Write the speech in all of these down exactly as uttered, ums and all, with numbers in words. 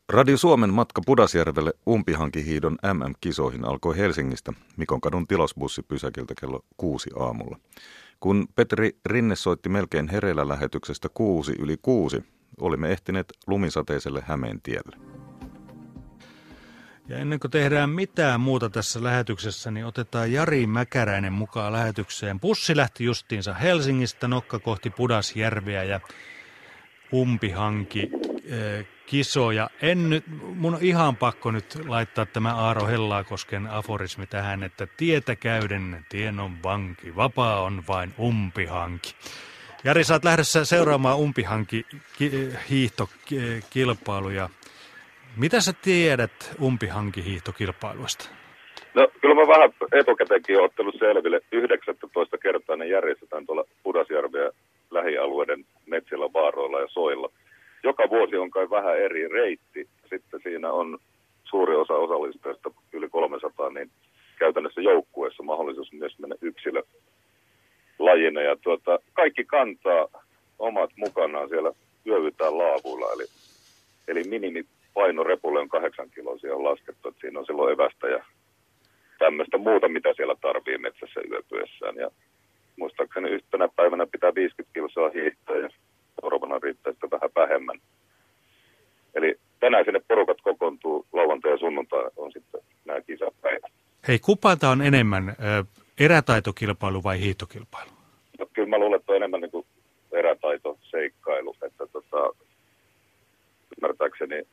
Radio Suomen matka Pudasjärvelle umpihankihiidon M M-kisoihin alkoi Helsingistä Mikonkadun tilosbussipysäkiltä kello kuusi aamulla. Kun Petri Rinne soitti melkein hereillä lähetyksestä kuusi yli kuusi, olimme ehtineet lumisateiselle Hämeentielle. Ja ennen kuin tehdään mitään muuta tässä lähetyksessä, niin otetaan Jari Mäkäräinen mukaan lähetykseen. Bussi lähti justiinsa Helsingistä nokka kohti Pudasjärveä ja umpihanki äh, kisoja. En nyt, mun on ihan pakko nyt laittaa tämä Aaro Hellakosken aforismi tähän, että tietä käyden tien on vanki, vapaa on vain umpihanki. Jari, sä oot lähdössä seuraamaan umpihanki ki, hiihtokilpailuja. Mitä sä tiedät umpihankihiihtokilpailuista? No kyllä mä vähän etukäteenkin olen ottanut selville. yhdeksäntoista kertaa ne järjestetään tuolla Pudasjärven lähialueiden metsillä, vaaroilla ja soilla. Joka vuosi on kai vähän eri reitti. Sitten siinä on suuri osa osallistujista, yli kolmesataa, niin käytännössä joukkueessa mahdollisuus myös mennä yksilölajina. Ja tuota, kaikki kantaa omat mukanaan, siellä yövytään laavuilla. Eli, eli minimipaino repulle on kahdeksan kiloa, on laskettu, että siinä on silloin evästä ja tämmöistä muuta, mitä siellä tarvii metsässä yöpyessään. Ja muistaakseni yhtenä päivänä pitää viisikymmentä kilsaa hiihtää ja seuraavana riittää sitten vähän vähemmän. Eli tänään sinne porukat kokoontuu, lauantai ja sunnuntai on sitten nämä kisapäivät. Hei, kumpaa on enemmän, erätaitokilpailu vai hiihtokilpailu? No, kyllä mä luulen, että on enemmän niin kuin erätaitoseikkailu, että tota, ymmärtääkseni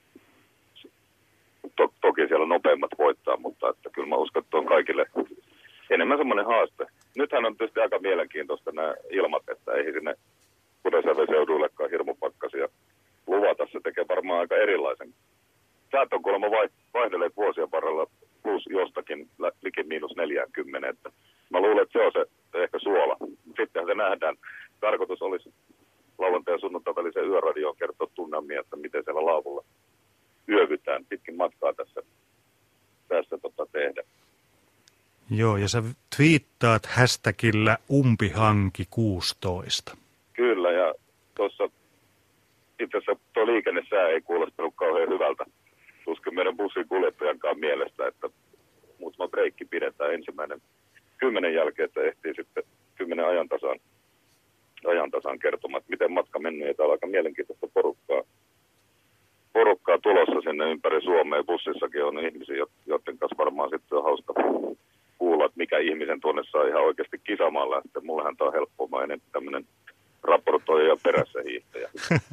to, toki siellä nopeimmat voittaa, mutta että kyllä mä uskon, että on kaikille enemmän semmoinen haaste. Nythän on tietysti aika mielenkiintoista nämä ilmat, että ei sinne Pudasjärven seuduillekaan hirmupakkasia luvata. Se tekee varmaan aika erilaisen. Säät on kuulemma vaihdelleet vuosien varrella plus jostakin liki miinus neljäkymmentä. Että mä luulen, että se on se ehkä suola. Sittenhän se nähdään. Tarkoitus olisi lauantai ja sunnuntai välisen yöradioon kertoa tunnelmia, että miten siellä laavulla yövytään. Pitkin matkaa tässä, tässä tota tehdä. Joo, ja sä twiittaat hashtagillä umpihanki kuusitoista. Kyllä, ja tuossa itse asiassa tuo liikennesää ei kuulostanut kauhean hyvältä. Tuskin meidän bussin kuljettajankaan mielestä, että muutama breikki pidetään ensimmäinen kymmenen jälkeen, että ehtii sitten kymmenen ajantasaan, ajantasaan kertomaan, että miten matka mennyt. Ja täällä on aika mielenkiintoista porukkaa, porukkaa tulossa sinne ympäri Suomea. Bussissakin on ihmisiä, joiden kanssa varmaan sitten on hauska kuulla, että mikä ihmisen tuonne saa ihan oikeasti kisamaan lähteä. Mullehan tämä on helppoa, mä en tämmöinen raportoija ja perässä hiihtäjä.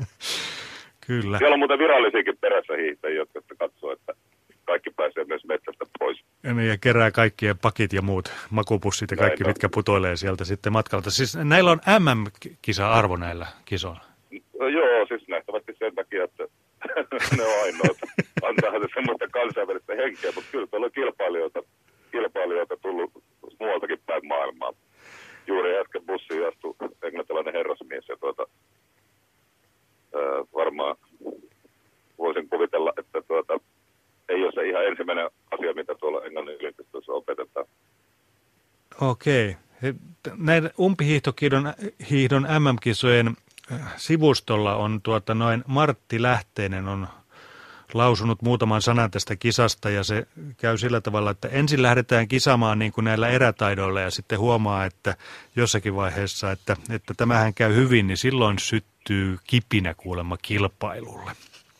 Kyllä. Siellä on muuten virallisiakin perässä hiihtäjiä, jotka katsoo, että kaikki pääsee myös metsästä pois. Ja kerää kaikkien pakit ja muut makupussit ja kaikki, näin mitkä on. Putoilee sieltä sitten matkalta. Siis näillä on M M-kisa-arvo näillä kisoilla. No, joo, siis nähtävästi sen takia, että ne on ainoita. Antaa se semmoista kansainvälistä henkeä, mutta kyllä tuolla on kilpailijoita, kilpailijoita tullut muualtakin päin maailmaa. Juuri äsken bussiin astui englantilainen herrasmies ja tuota, ää, varmaan voisin kuvitella, että tuota, ei ole se ihan ensimmäinen asia, mitä tuolla Englannin yliopistossa opetetaan. Okei. Näiden umpihiihdon hiihdon M M-kisojen sivustolla on tuota noin Martti Lähteinen on lausunut muutaman sanan tästä kisasta ja se käy sillä tavalla, että ensin lähdetään kisaamaan niin kuin näillä erätaidoilla ja sitten huomaa, että jossakin vaiheessa, että, että tämähän käy hyvin, niin silloin syttyy kipinä kuulemma kilpailulle.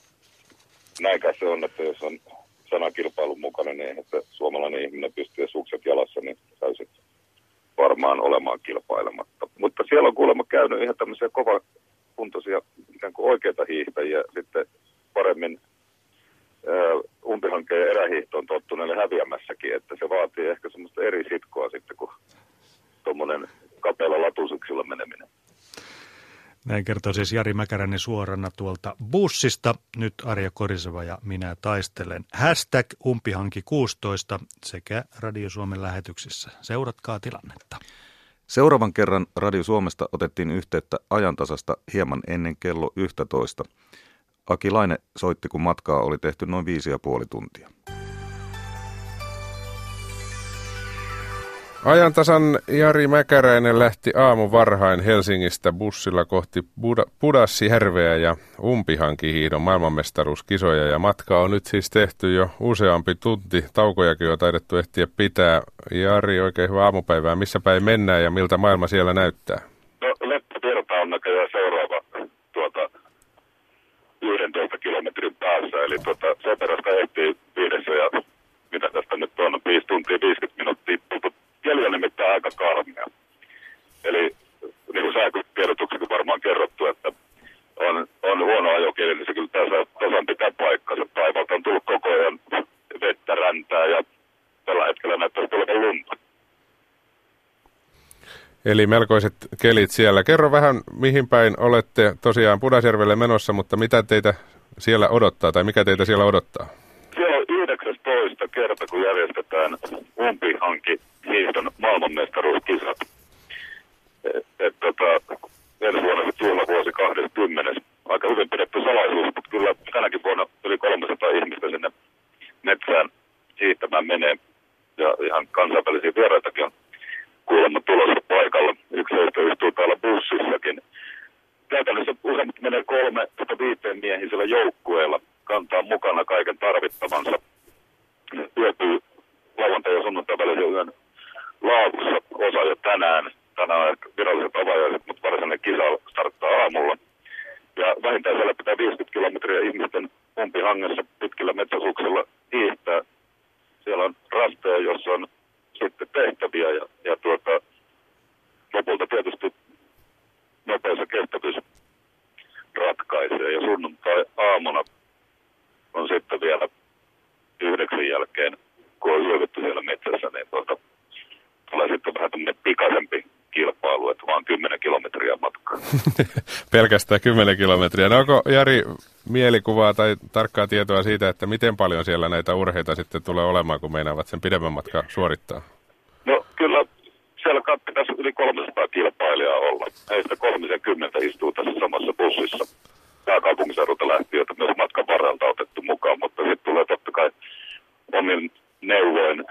Näinkä se on, että jos on sanakilpailun mukana, niin että suomalainen ihminen pystyy sukset jalassa, niin täysin varmaan olemaan kilpailematta. Mutta siellä on kuulemma käynyt ihan tämmöisiä kovakuntoisia ikään kuin oikeita hiihtäjiä sitten paremmin umpihankkeen ja erähiihtoon tottuneille häviämässäkin, että se vaatii ehkä semmoista eri sitkoa sitten kuin tuommoinen kapealla latusuksilla meneminen. Näin kertoo siis Jari Mäkäräinen suorana tuolta bussista. Nyt Arja Koriseva ja minä taistelen. Hashtag umpihanki kuusitoista sekä Radio Suomen lähetyksissä. Seuratkaa tilannetta. Seuraavan kerran Radio Suomesta otettiin yhteyttä ajantasasta hieman ennen kello yksitoista. Aki Laine soitti, kun matkaa oli tehty noin viisi ja puoli tuntia. Ajantasan Jari Mäkäräinen lähti aamu varhain Helsingistä bussilla kohti Buda- Pudasjärveä ja umpihankihiihdon maailmanmestaruuskisoja. Ja matka on nyt siis tehty jo useampi tunti. Taukojakin on taidettu ehtiä pitää. Jari, oikein hyvää aamupäivää. Missä päin mennään ja miltä maailma siellä näyttää? No Leppävirta on näköjään seuraava tuota, yksitoista kilometrin päässä. Eli tuota, Soteroska ehtii viidessä ja mitä tästä nyt on, viisi tuntia viisikymmentä minuuttia. Keli on nimittäin aika karmea. Eli niin kuin säätiedotuksessa varmaan kerrottu, että on, on huono ajokeli, niin se kyllä tässä tasan pitää paikkansa. Taivalta on tullut koko ajan vettä, räntää ja tällä hetkellä näyttää tulevan lunta. Eli melkoiset kelit siellä. Kerro vähän, mihin päin olette tosiaan Pudasjärvelle menossa, mutta mitä teitä siellä odottaa tai mikä teitä siellä odottaa? Siellä on yhdeksästoista kerta, kun järjestetään umpihankihiihdon maailmanmestaruuskisat. Et, et, tota, ensi vuonna se juhlavuosi kaksikymmentä. Aika hyvin pidetty salaisuus, mutta kyllä tänäkin vuonna yli kolmesataa ihmistä sinne metsään hiihtämään menee. Ja ihan kansainvälisiä vieraitakin on kuulemma tulossa paikalla. Yksi heistä istuu täällä bussissakin. Käytännössä useimmat menee kolme viiteen miehisellä joukkueella, kantaa mukana kaiken tarvittavansa. Yöpyy lauantai- ja sunnuntai välisen yön laavussa, osa jo tänään. Tänään on viralliset avajaiset, mutta varsinainen kisa starttaa aamulla. Ja vähintään siellä pitää viisikymmentä kilometriä ihmisten umpihangessa pitkillä metsäsuksella hiihtää. Siellä on rasteja, jossa on sitten tehtäviä ja, ja tuota, lopulta tietysti nopeus ja kestävyys ratkaisee. Ja sunnuntai aamuna on sitten vielä yhdeksän jälkeen, kun on yövytty siellä metsässä, niin tuota, tulee sitten vähän tämmöinen pikaisempi kilpailu, että vaan kymmenen kilometriä matkaa. Pelkästään kymmenen kilometriä. No onko Jari mielikuvaa tai tarkkaa tietoa siitä, että miten paljon siellä näitä urheita sitten tulee olemaan, kun meinaavat sen pidemmän matkan suorittaa? No kyllä siellä pitäisi yli kolmesataa kilpailijaa olla. Heistä kolmekymmentä istuu tässä samassa bussissa. Pääkaupunkiseudulta lähtien, että myös matkan varrelta otettu mukaan, mutta sitten tulee totta kai omin neuvoin.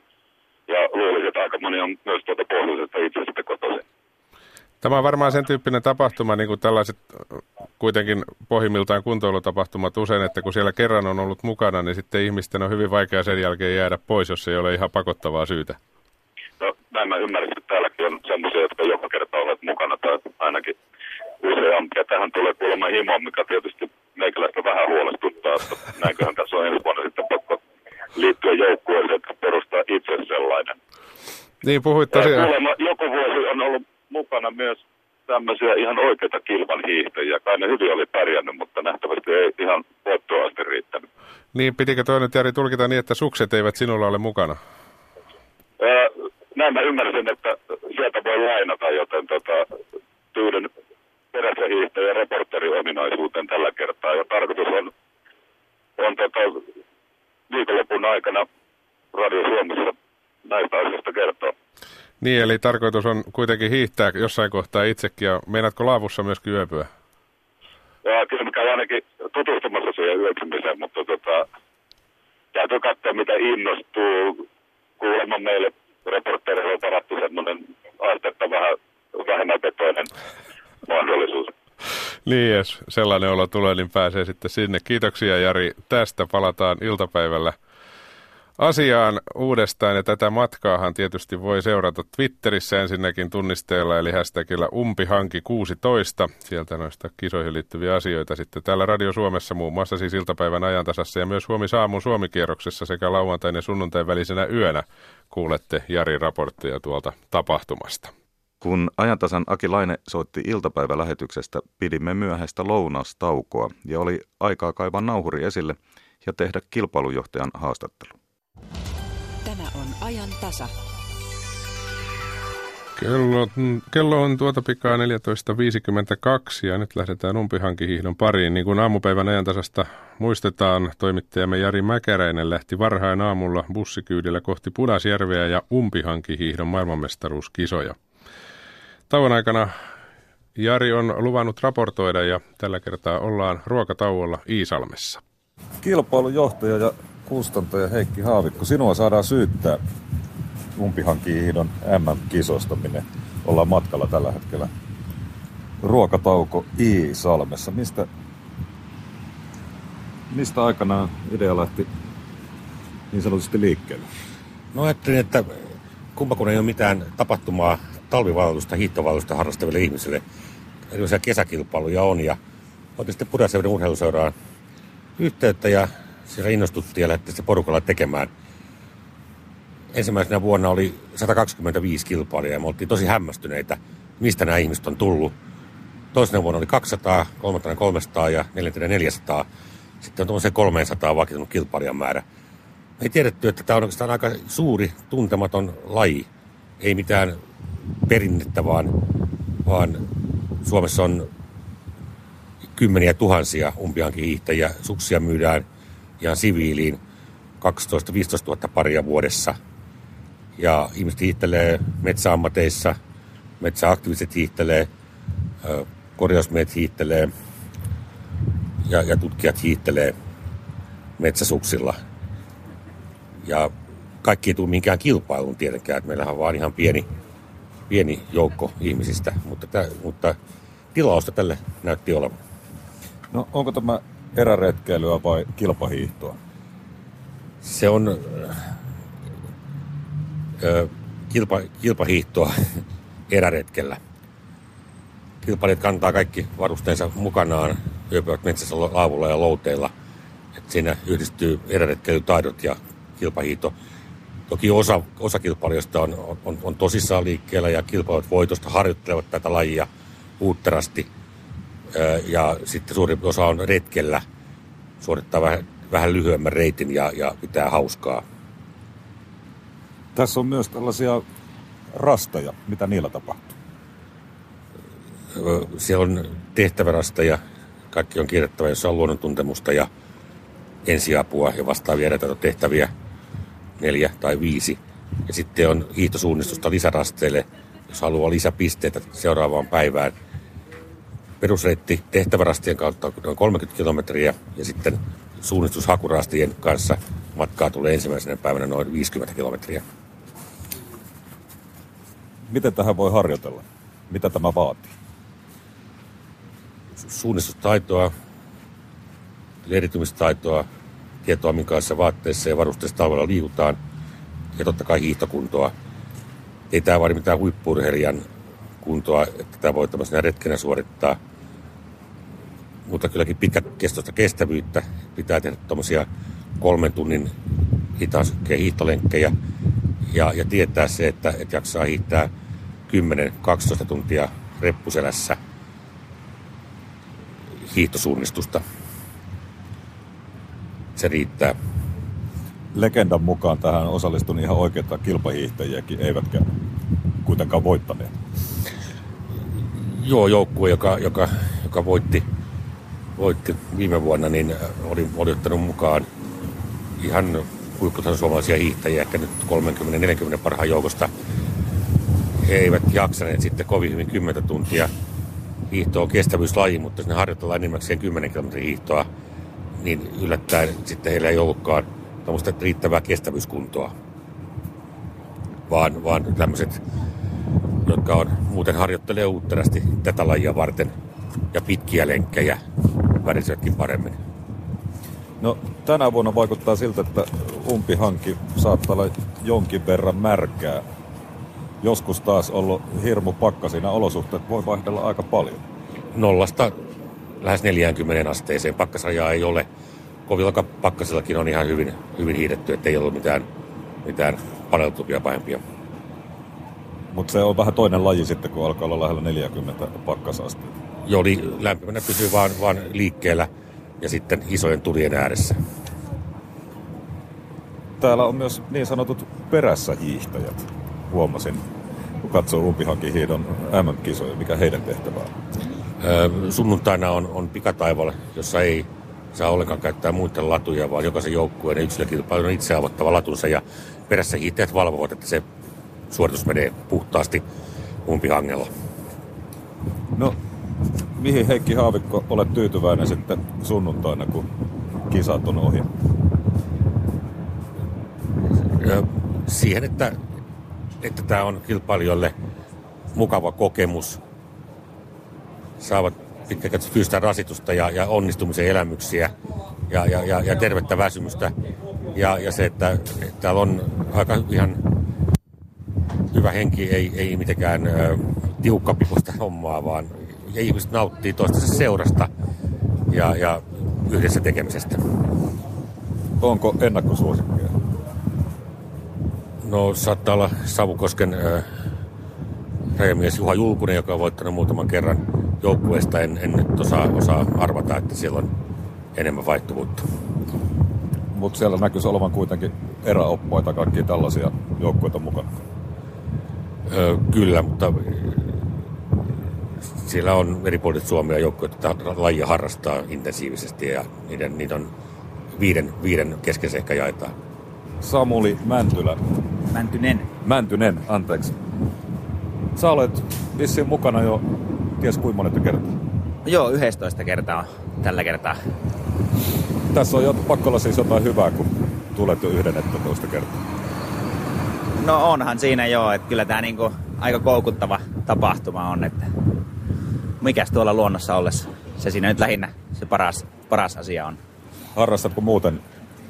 Ja luulisin, että aika moni on myös tuota pohjoisesta itse sitten kotoisin. Tämä on varmaan sen tyyppinen tapahtuma, niin kuin tällaiset kuitenkin pohjimmiltaan kuntoilutapahtumat usein, että kun siellä kerran on ollut mukana, niin sitten ihmisten on hyvin vaikea sen jälkeen jäädä pois, jos ei ole ihan pakottavaa syytä. No näin mä ymmärrän, että täälläkin on semmoisia, jotka joka kerta olet mukana tai ainakin useampia. Tähän tulee kuulemma himo, mikä tietysti meikäläistä vähän huolestuttaa, että näinköhän tässä on ensi vuonna sitten pakko liittyä joukkueeseen, että perustaa itse sellainen. Niin puhuit tosiaan. Kuulemma joku vuosi on ollut mukana myös tämmöisiä ihan oikeita kilvan hiihtäjiä. Kai ne hyvin oli pärjännyt, mutta nähtävästi ei ihan voittoa asti riittänyt. Niin, pitikö toi nyt Jari tulkita niin, että sukset eivät sinulla ole mukana? Ää, näin mä ymmärsin, että sieltä voi lainata, joten tota, tyydyn perässä hiihtäjän reporteriominaisuuteen tällä kertaa. Ja tarkoitus on, on tota, viikonlopun aikana Radio Suomessa näistä asioista kertoo. Niin, eli tarkoitus on kuitenkin hiihtää jossain kohtaa itsekin, ja meinaatko laavussa myöskin yöpyä? Ja kyllä mä käyn ainakin tutustumassa siihen yöpymiseen, mutta tota, täytyy katsoa mitä innostuu. Kuulemma meille reportereille on varattu semmoinen astetta vähän vähemmän petoinen mahdollisuus. Niin, jos sellainen olo tulee, niin pääsee sitten sinne. Kiitoksia Jari tästä. Palataan iltapäivällä asiaan uudestaan, ja tätä matkaahan tietysti voi seurata Twitterissä ensinnäkin tunnisteella, eli hashtagillä umpihanki kuusitoista. Sieltä noista kisoihin liittyviä asioita sitten täällä Radio Suomessa muun muassa siis iltapäivän ajantasassa ja myös Huomisaamun Suomikierroksessa sekä lauantain ja sunnuntain välisenä yönä kuulette Jari raportteja tuolta tapahtumasta. Kun ajantasan Aki Laine soitti iltapäivälähetyksestä, pidimme myöhäistä lounastaukoa ja oli aikaa kaivaa nauhuri esille ja tehdä kilpailujohtajan haastattelu. Tämä on ajan tasa. Kello, kello on tuota pikaa neljätoista viisikymmentäkaksi ja nyt lähdetään umpihankihiihdon pariin. Niin kuin aamupäivän ajantasasta muistetaan, toimittajamme Jari Mäkäräinen lähti varhain aamulla bussikyydillä kohti Pudasjärveä ja umpihankihiihdon maailmanmestaruuskisoja. Tauon aikana Jari on luvannut raportoida ja tällä kertaa ollaan ruokatauolla Iisalmessa. Kilpailujohtaja ja kustantaja Heikki Haavikko, sinua saadaan syyttää umpihankihiihdon M M-kisosta, minne ollaan matkalla tällä hetkellä. Ruokatauko Iisalmessa. Mistä, mistä aikanaan idea lähti niin sanotusti liikkeelle? No ajattelin, että kumpa kun ei ole mitään tapahtumaa talvivaellusta, hiihtovaellusta harrastaville ihmisille. Erilaisia kesäkilpailuja on ja otin sitten Pudasjärven urheiluseuraan yhteyttä ja siellä innostuttiin ja lähdettiin sitten porukalla tekemään. Ensimmäisenä vuonna oli sata kaksikymmentäviisi kilpailijaa ja me oltiin tosi hämmästyneitä, mistä nämä ihmiset on tullut. Toisena vuonna oli kaksisataa, kolmantena kolmesataa ja neljäntenä neljäsataa. Sitten on tuollaisen kolmesataa vakiintunut kilpailijan määrä. Me ei tiedetty, että tämä on oikeastaan aika suuri, tuntematon laji. Ei mitään perinnettä, vaan, vaan Suomessa on kymmeniä tuhansia umpihankihiihtäjiä. Suksia myydään ihan siviiliin kaksitoista viisitoista tuhatta paria vuodessa. Ja ihmiset hiihtelee metsäammateissa, metsäaktiiviset hiihtelee, korjausmiehet hiihtelee ja, ja tutkijat hiihtelee metsäsuksilla. Ja kaikki ei tule minkään kilpailuun tietenkään, että meillähän on vaan ihan pieni, pieni joukko ihmisistä, mutta, tä, mutta tilausta tälle näytti olevan. No onko tämä eräretkeilyä vai kilpahiihtoa? Se on ö, kilpa, kilpahiihtoa eräretkellä. Kilpailijat kantaa kaikki varusteensa mukanaan, yöpyvät metsässä laavulla ja louteilla. Et siinä yhdistyy eräretkeilytaidot ja kilpahiihto. Toki osa, osa kilpailijoista on, on, on tosissaan liikkeellä ja kilpailijat voitosta harjoittelevat tätä lajia uutterasti. Ja sitten suuri osa on retkellä, suorittaa vähän, vähän lyhyemmän reitin ja, ja pitää hauskaa. Tässä on myös tällaisia rasteja. Mitä niillä tapahtuu? Siellä on tehtävärasteja. Kaikki on kirjattava, jossa on luonnontuntemusta ja ensiapua ja vastaavia tehtäviä neljä tai viisi. Ja sitten on hiihtosuunnistusta lisärasteille, jos haluaa lisäpisteitä seuraavaan päivään. Perusreitti tehtävärastien kautta on noin kolmekymmentä kilometriä ja sitten suunnistushakurastien kanssa matkaa tulee ensimmäisenä päivänä noin viisikymmentä kilometriä. Miten tähän voi harjoitella? Mitä tämä vaatii? Suunnistustaitoa, leiritymistaitoa, tietoa minkälaisissa vaatteissa ja varusteissa talvella liikutaan ja totta kai hiihtokuntoa. Ei tämä vaadi mitään huippu-urheilijan kuntoa, että tämä voi tämmöisenä retkenä suorittaa. Mutta kylläkin pitkäkestoista kestävyyttä. Pitää tehdä tuommoisia kolmen tunnin hitaasykkeä hiihtolenkkejä ja, ja tietää se, että, että jaksaa hiihtää kymmenen kaksitoista tuntia reppuselässä hiihtosuunnistusta. Se riittää. Legendan mukaan tähän osallistui ihan oikeita kilpahiihtäjiäkin, eivätkä kuitenkaan voittaneet. Joo, joukkue, joka, joka, joka voitti, voitti viime vuonna, niin oli, oli ottanut mukaan ihan huipputason suomalaisia hiihtäjiä, ehkä nyt kolmekymmentä neljäkymmentä parhaan joukosta. He eivät jaksaneet sitten kovin hyvin kymmentä tuntia. Hiihto on kestävyyslaji, mutta jos ne harjoitellaan enimmäkseen kymmenen kilometrin hiihtoa, niin yllättäen sitten heillä ei ollutkaan tämmöistä riittävää kestävyyskuntoa. Vaan, vaan tämmöiset, jotka on, muuten harjoittelee uutterasti tätä lajia varten ja pitkiä lenkkejä värisevätkin paremmin. No tänä vuonna vaikuttaa siltä, että umpihanki saattaa olla jonkin verran märkää. Joskus taas ollut hirmu pakkasina, olosuhteet voi vaihdella aika paljon. Nollasta lähes neljäänkymmeneen asteeseen pakkasrajaa ei ole. Kovilla pakkasillakin on ihan hyvin, hyvin hiidetty, ettei ollut mitään, mitään paneutuvia pahempia. Mutta se on vähän toinen laji sitten, kun alkaa olla lähellä neljäkymmentä pakkasasteita. Joo, li- lämpimänä pysyy vaan, vaan liikkeellä ja sitten isojen tulien ääressä. Täällä on myös niin sanotut perässä hiihtäjät. Huomasin, kun katsoo umpihankihiidon M M-kisoja, mikä heidän tehtävä on. Öö, sunnuntaina on, on pikataival, jossa ei saa ollenkaan käyttää muiden latuja, vaan jokaisen joukkueen yksilökilpailun on itse avoittava latunsa ja perässä hiihtäjät valvovat, että se suoritus menee puhtaasti umpihangella. No, mihin Heikki Haavikko olet tyytyväinen sitten sunnuntaina, kun kisat on ohi? Öö, siihen, että että tämä on kilpailijoille mukava kokemus. Saavat pitkäkäytössä fyysistä rasitusta ja, ja onnistumisen elämyksiä ja, ja, ja, ja tervettä väsymystä. Ja, ja se, että, että täällä on aika ihan hyvä henki, ei, ei mitenkään ä, tiukkapipoista hommaa, vaan ihmiset nauttii toistensa seurasta ja, ja yhdessä tekemisestä. Onko ennakkosuosikkia? No saattaa olla Savukosken ä, rajamies Juha Julkunen, joka on voittanut muutaman kerran joukkueesta. En, en nyt osaa, osaa arvata, että siellä on enemmän vaihtuvuutta. Mutta siellä näkyisi olevan kuitenkin eräoppaita, kaikkia tällaisia joukkueita mukana. Öö, kyllä, mutta siellä on eri puolet Suomea joukkueita, että lajia harrastaa intensiivisesti ja niiden, niiden on viiden, viiden kesken se ehkä jaetaan. Samuli Mäntylä. Mäntynen. Mäntynen, anteeksi. Sä olet vissiin mukana jo ties kuinka monetta kertaa. Joo, yhdestoista kertaa tällä kertaa. Tässä on jo pakko olla siis jotain hyvää, kun tulet jo yhdennettä kertaa. No onhan siinä joo, että kyllä tää niinku aika koukuttava tapahtuma on, että mikäs tuolla luonnossa ollessa. Se siinä nyt lähinnä se paras, paras asia on. Harrastatko muuten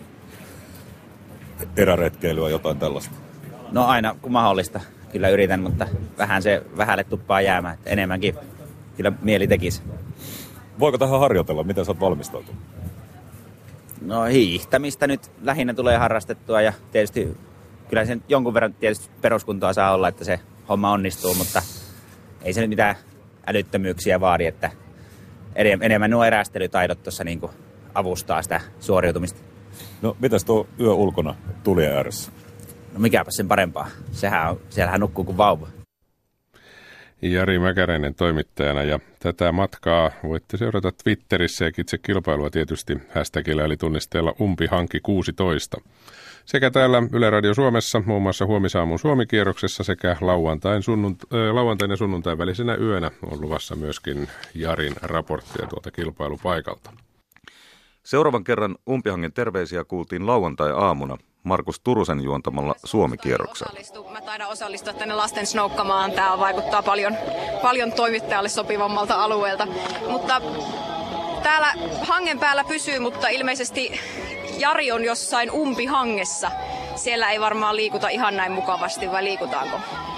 eräretkeilyä, jotain tällaista? No aina kun mahdollista. Kyllä yritän, mutta vähän se vähälle tuppaa jäämään, että enemmänkin kyllä mieli tekisi. Voiko tähän harjoitella? Miten sä oot valmistautunut? No hiihtämistä nyt lähinnä tulee harrastettua ja tietysti kyllä se jonkun verran tietysti peruskuntoa saa olla, että se homma onnistuu, mutta ei se nyt mitään älyttömyyksiä vaadi, että enemmän nuo erästelytaidot tuossa niin avustaa sitä suoriutumista. No mitäs tuo yö ulkona tulien ääressä? No mikäpä sen parempaa. Sehän on, siellähän nukkuu kuin vauva. Jari Mäkäräinen toimittajana, ja tätä matkaa voitte seurata Twitterissä ja itse kilpailua tietysti hashtagillä eli tunnisteella umpihanki kuusitoista. Sekä täällä Yle Radio Suomessa, muun muassa huomisaamun Suomi-kierroksessa sekä lauantain, sunnunt- äh, lauantain ja sunnuntain välisenä yönä on luvassa myöskin Jarin raporttia tuolta kilpailupaikalta. Seuraavan kerran umpihangen terveisiä kuultiin lauantai-aamuna Markus Turusen juontamalla Suomi-kierroksella. Mä taidan osallistua tänne lasten snoukkamaan. Tämä vaikuttaa paljon, paljon toimittajalle sopivammalta alueelta. Mutta täällä hangen päällä pysyy, mutta ilmeisesti Jari on jossain umpihangessa. Siellä ei varmaan liikuta ihan näin mukavasti, vai liikutaanko?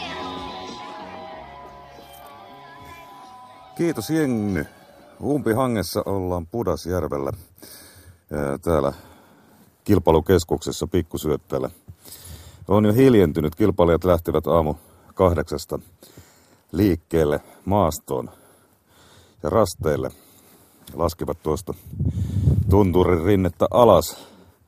Kiitos jengi. Umpihangessa ollaan Pudasjärvellä. Täällä kilpailukeskuksessa pikkusyöttäjällä. On jo hiljentynyt. Kilpailijat lähtivät aamu kahdeksasta liikkeelle maastoon ja rasteille. Laskivat tuosta tunturin rinnettä alas.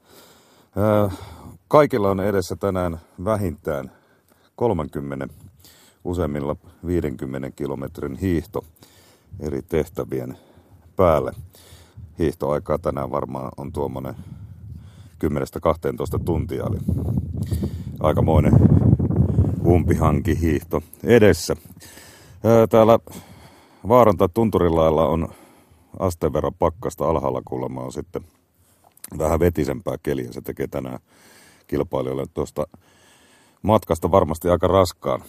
Kaikilla on edessä tänään vähintään kolmekymmentä, useimmilla viidenkymmenen kilometrin hiihto eri tehtävien päälle. Hiihtoaikaa tänään varmaan on tuommoinen kymmenestä kahteentoista tuntia, eli aikamoinen umpihankihiihto edessä. Täällä Vaaran tai Tunturin lailla on asteen verran pakkasta, alhaalla kuulemma on sitten vähän vetisempää keliä. Se tekee tänään kilpailijoille tuosta matkasta varmasti aika raskaan.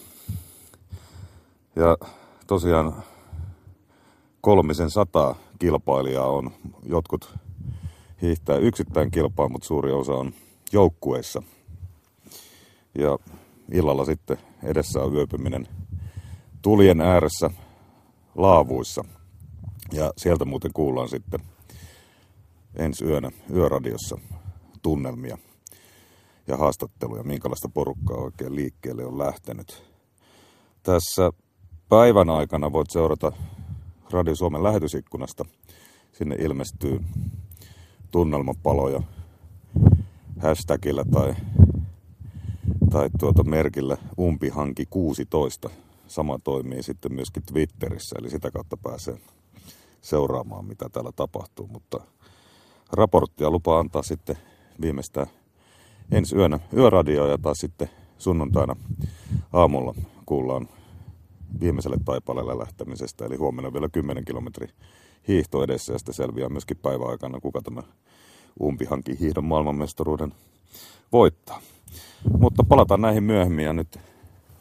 Ja tosiaan kolmisen sataa kilpailijaa on. Jotkut hiihtää yksittäin kilpaa, mutta suuri osa on joukkueissa. Ja illalla sitten edessä on yöpyminen tulien ääressä laavuissa. Ja sieltä muuten kuullaan sitten ensi yönä yöradiossa tunnelmia ja haastatteluja, minkälaista porukkaa oikein liikkeelle on lähtenyt. Tässä päivän aikana voit seurata Radio Suomen lähetysikkunasta. Sinne ilmestyy tunnelmapaloja hashtagillä tai, tai tuota merkillä umpihanki kuusitoista. Sama toimii sitten myöskin Twitterissä, eli sitä kautta pääsee seuraamaan, mitä täällä tapahtuu. Mutta raporttia lupaa antaa sitten viimeistään ensi yönä yöradioa ja taas sitten sunnuntaina aamulla kuullaan viimeiselle taipaleelle lähtemisestä. Eli huomenna vielä kymmenen kilometrin hiihto edessä ja sitten selviää myöskin päiväaikana, kuka tämä umpihanki hiihdon maailmanmestaruuden voittaa. Mutta palataan näihin myöhemmin ja nyt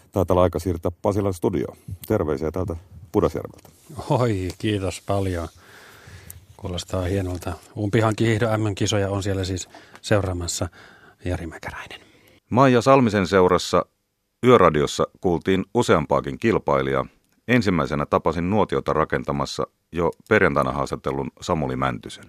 taitaa olla aika siirtää Pasilan studioon. Terveisiä täältä Pudasjärveltä. Oi, kiitos paljon. Kuulostaa hienolta. Umpihankihiihdon M M-kisoja on siellä siis seuraamassa Jari Mäkäräinen. Maija Salmisen seurassa Yöradiossa kuultiin useampaakin kilpailijaa. Ensimmäisenä tapasin nuotiota rakentamassa jo perjantaina haastatellun Samuli Mäntysen.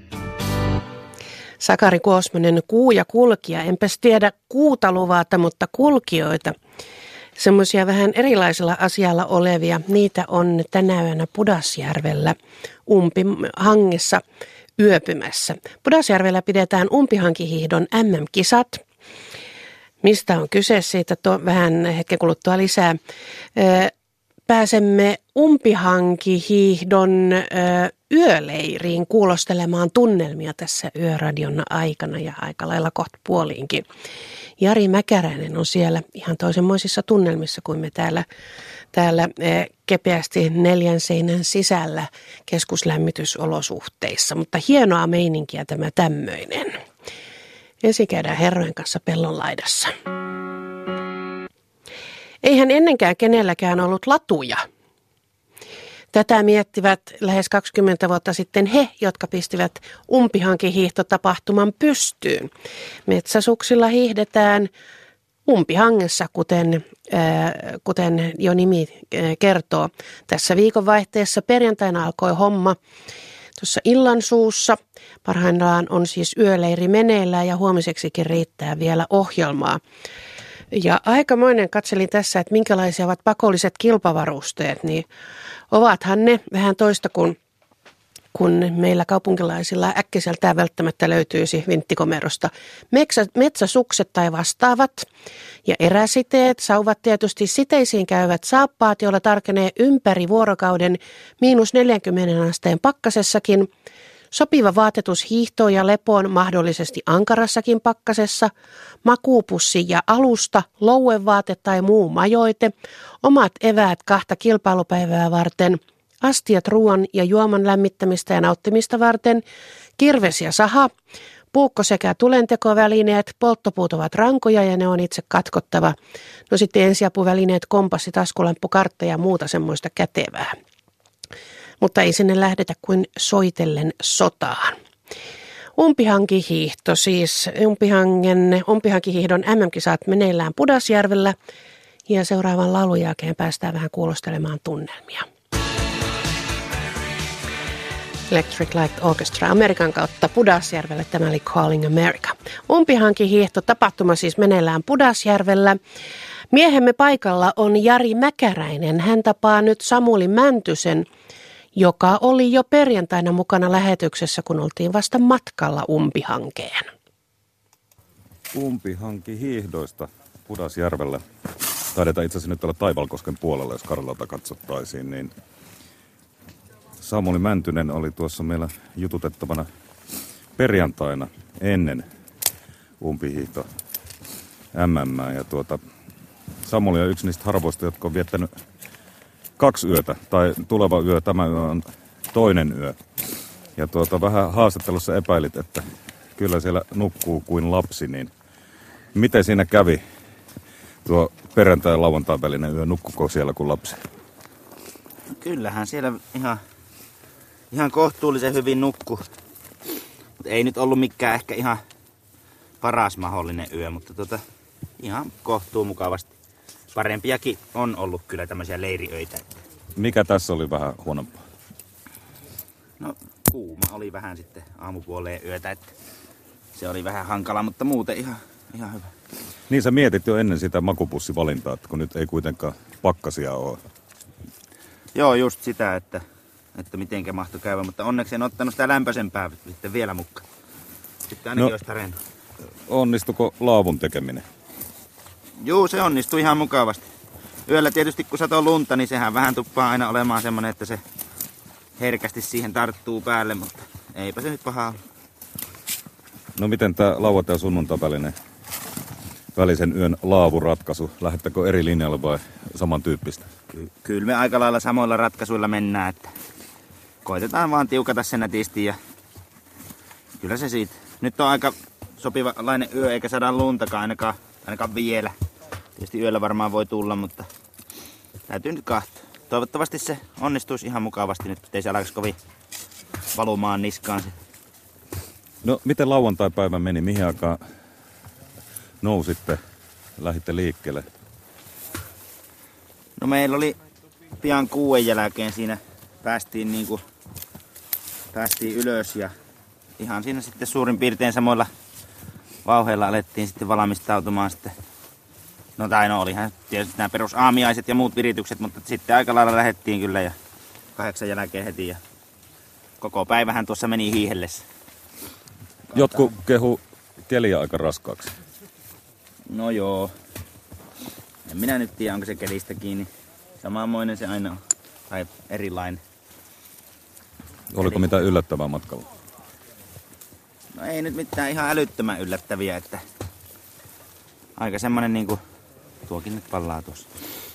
Sakari Kuosmanen, kuu ja kulkija. Enpäs tiedä kuuta luvata, mutta kulkijoita. Semmoisia vähän erilaisella asialla olevia. Niitä on tänä yönä Pudasjärvellä Umpihangessa yöpymässä. Pudasjärvellä pidetään umpihankihiihdon M M-kisat. Mistä on kyse? Siitä tuo vähän hetken kuluttua lisää. Pääsemme umpihankihiihdon yöleiriin kuulostelemaan tunnelmia tässä Yöradion aikana ja aika lailla kohta puoliinkin. Jari Mäkäräinen on siellä ihan toisenmoisissa tunnelmissa kuin me täällä, täällä kepeästi neljän seinän sisällä keskuslämmitysolosuhteissa, mutta hienoa meininkiä tämä tämmöinen. Ensin käydään herrojen kanssa pellon laidassa. Eihän ennenkään kenelläkään ollut latuja. Tätä miettivät lähes kaksikymmentä vuotta sitten he, jotka pistivät umpihankihiihtotapahtuman pystyyn. Metsäsuksilla hiihdetään umpihangessa, kuten, äh, kuten jo nimi äh, kertoo. Tässä viikonvaihteessa perjantaina alkoi homma tuossa illansuussa. Parhaillaan on siis yöleiri meneillään ja huomiseksikin riittää vielä ohjelmaa. Ja aikamoinen katselin tässä, että minkälaisia ovat pakolliset kilpavarusteet, niin ovathan ne vähän toista kuin kun meillä kaupunkilaisilla äkkiseltään välttämättä löytyisi vinttikomerosta. Metsä, metsäsukset tai vastaavat ja eräsiteet, sauvat tietysti siteisiin käyvät saappaat, joilla tarkenee ympäri vuorokauden miinus neljäkymmentä asteen pakkasessakin. Sopiva vaatetus hiihtoon ja lepoon mahdollisesti ankarassakin pakkasessa, makuupussi ja alusta, louevaate tai muu majoite, omat eväät kahta kilpailupäivää varten, astiat ruoan ja juoman lämmittämistä ja nauttimista varten, kirves ja saha, puukko sekä tulentekovälineet, polttopuut ovat rankoja ja ne on itse katkottava. No sitten ensiapuvälineet, kompassi, taskulamppu, kartta ja muuta semmoista kätevää. Mutta ei sinne lähdetä kuin soitellen sotaan. Umpihankihiihto, siis umpihangen, umpihankihiihdon M M-kisat meneillään Pudasjärvellä ja seuraavan laulun jälkeen päästään vähän kuulostelemaan tunnelmia. Electric Light Orchestra Amerikan kautta Pudasjärvelle, tämä oli Calling America. Umpihankihiihto tapahtuma siis meneillään Pudasjärvellä. Miehemme paikalla on Jari Mäkäräinen. Hän tapaa nyt Samuli Mäntysen, joka oli jo perjantaina mukana lähetyksessä, kun oltiin vasta matkalla umpihankeen. Umpihankihiihdoista Pudasjärvellä. Taidetaan itse asiassa nyt olla Taivalkosken puolella, jos Karlalta katsottaisiin, niin Samuli Mäntynen oli tuossa meillä jututettavana perjantaina ennen umpihiihto M M. Ja tuota, Samuli on yksi niistä harvoista, jotka on viettänyt kaksi yötä, tai tuleva yö, tämä yö on toinen yö. Ja tuota, vähän haastattelussa epäilit, että kyllä siellä nukkuu kuin lapsi, niin miten siinä kävi tuo perjantai- ja lauantain välinen yö, nukkuko siellä kuin lapsi? Kyllähän siellä ihan, ihan kohtuullisen hyvin nukku. Mut ei nyt ollut mikään ehkä ihan paras mahdollinen yö, mutta tota, ihan kohtuu mukavasti. Parempiakin on ollut kyllä tämmöisiä leiriöitä. Mikä tässä oli vähän huonompaa? No kuuma oli vähän sitten aamupuoleen yötä, että se oli vähän hankala, mutta muuten ihan, ihan hyvä. Niin sä mietit jo ennen sitä makupussivalintaa, kun nyt ei kuitenkaan pakkasia ole. Joo, just sitä, että, että mitenkä mahtoi käydä, mutta onneksi en ottanut sitä lämpöisempää sitten vielä mukaan. Sitten ainakin no, olisi tarennut. Onnistuko laavun tekeminen? Juu, se onnistui ihan mukavasti. Yöllä tietysti kun satoo lunta, niin sehän vähän tuppaa aina olemaan semmoinen, että se herkästi siihen tarttuu päälle, mutta eipä se nyt pahaa ole. No miten tämä lauantai ja sunnuntai välinen välisen yön laavuratkaisu? Lähdettekö eri linjalle vai samantyyppistä? Ky- kyllä me aika lailla samoilla ratkaisuilla mennään, että koitetaan vaan tiukata sen nätisti ja kyllä se siitä. Nyt on aika sopivanlainen yö eikä saada luntakaan ainakaan, ainakaan vielä. Tietysti yöllä varmaan voi tulla, mutta täytyy nyt kahtaa. Toivottavasti se onnistuisi ihan mukavasti nyt, ettei se alkaisi kovin valumaan niskaan se. No, miten lauantai-päivä meni? Mihin aikaan nousitte, lähditte liikkeelle? No meillä oli pian kuuden jälkeen siinä päästiin niinku, päästiin ylös ja ihan siinä sitten suurin piirtein samoilla vauheilla alettiin sitten valmistautumaan sitten. No tai no olihan tietysti nämä perusaamiaiset ja muut viritykset, mutta sitten aika lailla lähdettiin kyllä ja kahdeksan jälkeen heti ja koko päivähän tuossa meni hiihellessä. Jotkut kehu keliä aika raskaaksi. No joo. En minä nyt tiedä, onko se kelistä kiinni. Samanmoinen se aina on. Tai erilainen. Oliko mitään yllättävää matkalla? No ei nyt mitään ihan älyttömän yllättäviä, että aika semmonen niinku, tuokin nyt pallaa tuossa.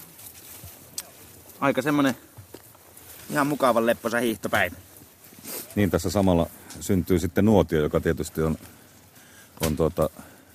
Aika semmonen ihan mukavan lepposa hiihtopäivä. Niin, tässä samalla syntyy sitten nuotio, joka tietysti on, on tuota,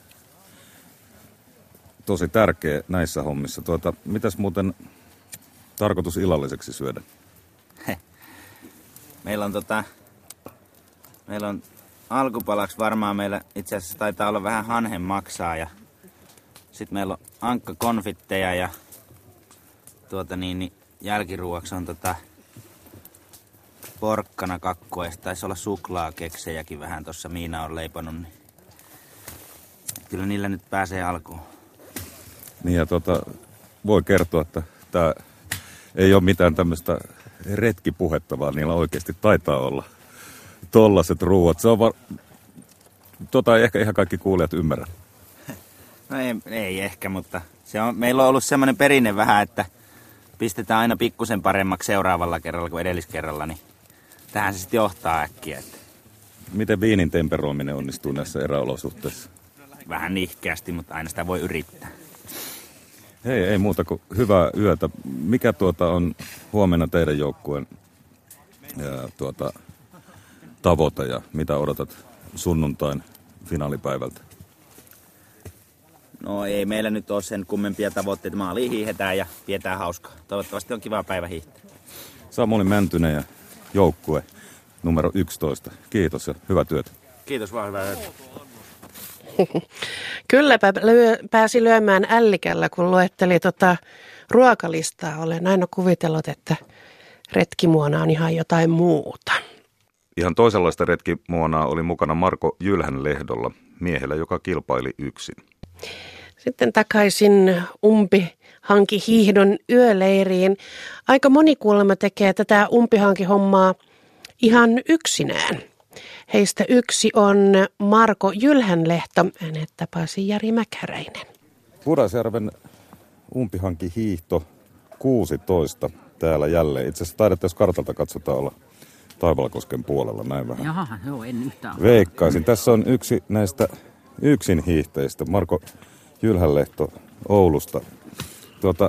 tosi tärkeä näissä hommissa. Tuota, mitäs muuten tarkoitus illalliseksi syödä? Heh. Meillä on tota, meillä on alkupalaksi varmaan meillä itse asiassa taitaa olla vähän hanhen maksaa ja sitten meillä on ankkakonfitteja ja tuota niin, niin jälkiruuaksi on tota porkkana kakkua ja taisi olla suklaakeksejäkin vähän tuossa Miina on leipannut. Niin kyllä niillä nyt pääsee alkuun. Niin ja tuota, voi kertoa, että tämä ei ole mitään tämmöistä retkipuhetta, vaan niillä oikeasti taitaa olla tollaset ruuat. Se on va- tota ei ehkä ihan kaikki kuulijat ymmärrä. No ei, ei ehkä, mutta se on, meillä on ollut semmoinen perinne vähän, että pistetään aina pikkusen paremmaksi seuraavalla kerralla kuin edelliskerralla, niin tähän se sitten johtaa äkkiä. Että miten viinin temperoiminen onnistuu näissä eräolosuhteissa? Vähän nihkeästi, mutta aina sitä voi yrittää. Hei, ei muuta kuin hyvää yötä. Mikä tuota on huomenna teidän joukkueen ja, tuota, tavoite ja mitä odotat sunnuntain finaalipäivältä? No ei meillä nyt ole sen kummempia tavoitteita. Maaliin hiihetään ja pidetään hauskaa. Toivottavasti on kiva päivä hiihtää. Samuli Mäntynen ja joukkue numero yksitoista. Kiitos ja hyvää työtä. Kiitos vaan, hyvää yötä. Kylläpä lyö, pääsi lyömään ällikällä, kun luetteli tota ruokalistaa. Olen aina kuvitellut, että retkimuona on ihan jotain muuta. Ihan toisenlaista retkimuonaa oli mukana Marko Jylhänlehdolla, miehellä, joka kilpaili yksin. Sitten takaisin umpihankihiihdon yöleiriin. Aika moni kuulemma tekee tätä umpihankihommaa ihan yksinään. Heistä yksi on Marko Jylhänlehto, hänet tapasi Jari Mäkäräinen. Pudasjärven umpihankihiihto kuusitoista täällä jälleen. Itse asiassa taidatte, jos kartalta katsotaan, olla Taivalkosken puolella näin vähän. Jaha, joo, en yhtään. Veikkaisin. Tässä on yksi näistä yksin hiihtäjistä, Marko Jylhänlehto Oulusta. Tuota,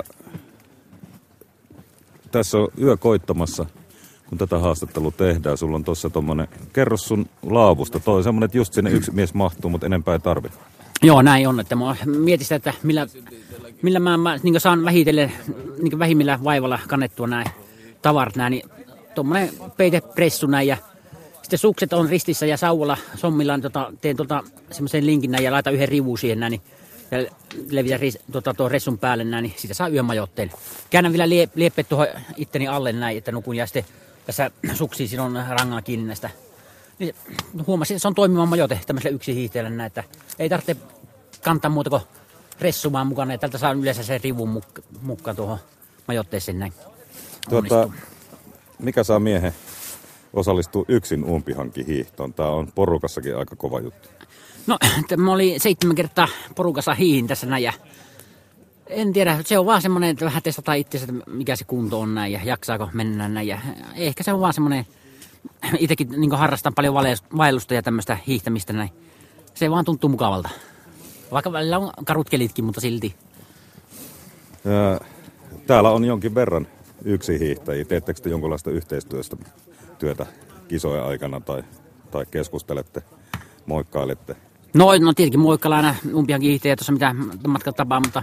tässä on yö koittamassa, kun tätä haastattelua tehdään. Sulla on tuossa tommonen, kerro sun laavusta. Toi on semmonen, että just sinne yksi mies mahtuu, mutta enempää ei tarvitse. Joo, näin on. Että mä mietin sitä, että millä, millä mä, mä niin saan vähitellen, niin vähimmillä vaivalla kannettua näin tavarat näin. Niin tuommoinen peitepressu näin ja sitten sukset on ristissä ja sauvalla sommillaan tota, teen tota, semmoisen linkin näin ja laitan yhden rivun siihen näin. Niin, ja levitän ris, tota, tuon ressun päälle näin, niin siitä saa yön majoitteen. Käännän vielä lie, lieppeet tuohon itteni alle näin, että nukun ja sitten tässä suksiin siinä on rangalla kiinni näistä. Niin huomasin, että se on toimiva majoite tämmöisellä yksin hiihteellä näin, että ei tarvitse kantaa muuta kuin ressumaan mukana. Ja tältä saa yleensä se rivun muk- mukaan tuohon majoitteeseen näin. Tuota, mikä saa miehen osallistua yksin umpihankihiihtoon? Tämä on porukassakin aika kova juttu. No, mä olin seitsemän kertaa porukassa hiihin tässä näin ja en tiedä, se on vaan semmoinen, että vähän testataan itse, että mikä se kunto on näin ja jaksaako mennä näin. Ja ehkä se on vaan semmoinen, itsekin niin harrastan paljon vaellusta ja tämmöistä hiihtämistä näin. Se vaan tuntuu mukavalta. Vaikka välillä on karut kelitkin, mutta silti. Ja täällä on jonkin verran yksin hiihtäjiä. Teettekö te jonkinlaista yhteistyöstä työtä kisojen aikana tai, tai keskustelette, moikkailette? No, no tietenkin moikkailla aina umpihankin hiihtäjiä tuossa mitä matkat tapaa, mutta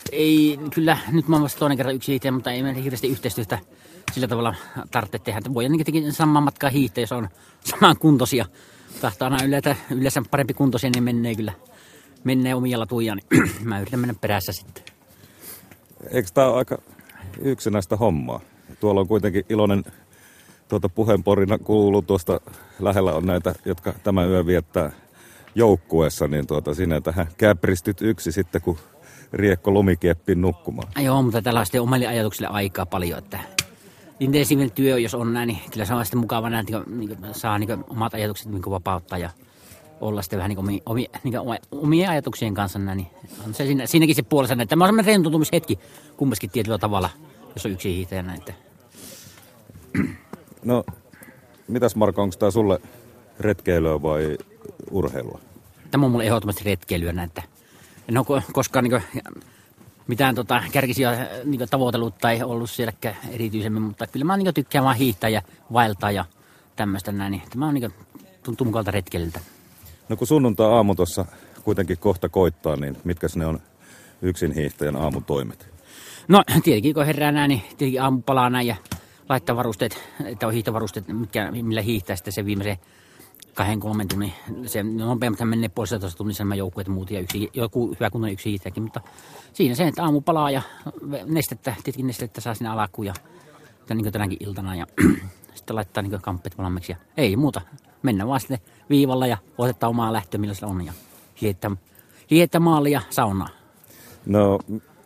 ei, kyllä nyt mä oon vasta toinen kerta yksi hiihtäjä, mutta ei meidän hirveästi yhteistyötä sillä tavalla tarvitse tehdä. Voi ainakin samaan matkaan hiihtäjä, jos on samankuntoisia. Tahtaa aina yleensä, yleensä parempi kuntoisia, niin menee kyllä menee omilla tuijaan. Niin mä yritän mennä perässä sitten. Eikö tää ole aika yksinäistä hommaa? Tuolla on kuitenkin iloinen tuota puheenporina kuuluu tuosta lähellä on näitä, jotka tämän yön viettää joukkueessa, niin tuota, sinä tähän käpristyt yksi sitten, kun riekko lumikieppiin nukkumaan. Joo, mutta tällä on sitten omille ajatuksille aikaa paljon, että intensiivinen työ, jos on näin, niin kyllä se on sitten mukava näin, niin, niin saa niin omat ajatukset niin vapauttaa ja olla sitten vähän niin omi, omi, niin omien ajatuksien kanssa näin, niin on se siinä, siinäkin se puolessa näin. Tämä on semmoinen rentoutumishetki kummaskin tietyllä tavalla, jos on yksi hiihtäjä näin. No, mitäs Marko, onko tämä sulle retkeilyä vai urheilua? Tämä on mulle ehdottomasti retkeilyä näin, että en ole koskaan niin kuin, mitään tota, kärkisiä niin tavoitellut tai ollut sielläkään erityisemmin, mutta kyllä mä niin tykkään vaan hiihtää ja vaeltaa ja tämmöistä näin, niin tämä on niin kuin, tuntuu mukavalta retkeilyltä. No kun sunnuntai-aamu tuossa kuitenkin kohta koittaa, niin mitkäs ne on yksin hiihtäjän aamutoimet? No tietenkin kun herää näin, niin tietenkin aamu palaa näin ja laittaa varusteet, että on hiihtovarusteet, mitkä, millä hiihtää sitten se viimeisen kahden, kolmen tunnin. Se nopeammin menee puolestatoista tunnissa nämä joukkueet ja muut ja yksi, joku hyvä kunnon yksi hiihtäjäkin, mutta siinä se, että aamu palaa ja nestettä, tietenkin nestettä saa sinne alakuun ja niin kuin tänäkin iltana ja sitten laittaa niin kamppeet valmiiksi ja ei muuta. Mennään vaan sitten viivalla ja otetaan omaa lähtöä, millä se on ja hiihettä, hiihettä maalle ja saunaa. No,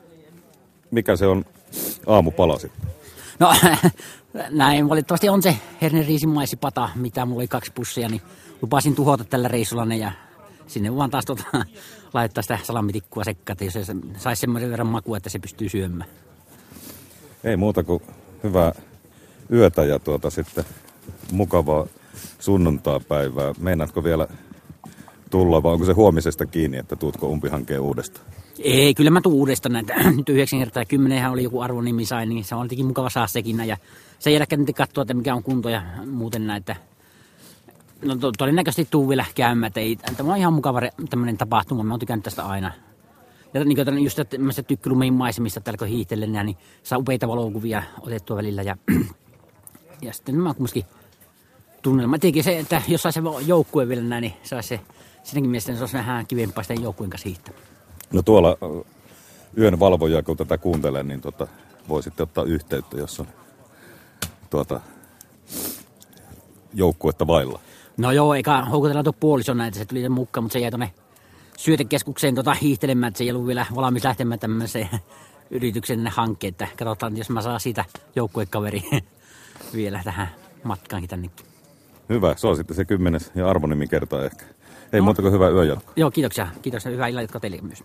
mikä se on aamupala sitten? No, näin valitettavasti on se herneriisimaisipata, mitä mulla oli kaksi pussia, niin lupasin tuhota tällä reissulla ne ja sinne vaan taas tuota, laittaa sitä salamitikkua sekkaan, että jos se saisi semmoisen verran makua, että se pystyy syömään. Ei muuta kuin hyvää yötä ja tuota sitten mukavaa sunnuntaipäivää. Meinaatko vielä tulla vai onko se huomisesta kiinni, että tuutko umpihankeen uudestaan? Ei, kyllä mä tuun uudestaan näitä. Nyt yhdeksän kertaa kymmenenhän oli joku arvonimi sai, niin se on jotenkin mukava saa sekin. Ja sen jälkeen nyt katsoa, että mikä on kunto ja muuten näitä. No to, todennäköisesti tuu vielä käymään, että ei, tämä on ihan mukava tämmöinen tapahtuma. Mä oon tykännyt tästä aina. Ja niin kuin just tämmöistä tykkylumiin maisemista täällä kun hiihtelen, niin saa upeita valokuvia otettua välillä. Ja, ja sitten mä oon kumminkin tunnelma. Tietenkin se, että jos saisi se joukkue vielä näin, niin saisi se, siinäkin mielessä se olisi vähän kivempaa sitä joukkueen kanssa hiihtää. No tuolla yön valvoja, kun tätä kuuntelen, niin tota, voi sitten ottaa yhteyttä, jos on tuota, joukkuetta vailla. No joo, eikä houkutellaan tuo puolison näitä, se tuli mukaan, mutta se jäi tuonne syötekeskukseen tota, hiihtelemään, että se ei ollut vielä valmis lähtemään tämmöiseen yrityksen hankkeen, että katsotaan, jos mä saan siitä joukkuekaveri vielä tähän matkaankin tännekin. Hyvä, se on sitten se kymmenes ja arvonimi kertaa ehkä. Ei no, muuta kuin hyvää yöjatkoa. Joo, kiitoksia. Kiitoksia. Hyvää illanjatkoa teille myös.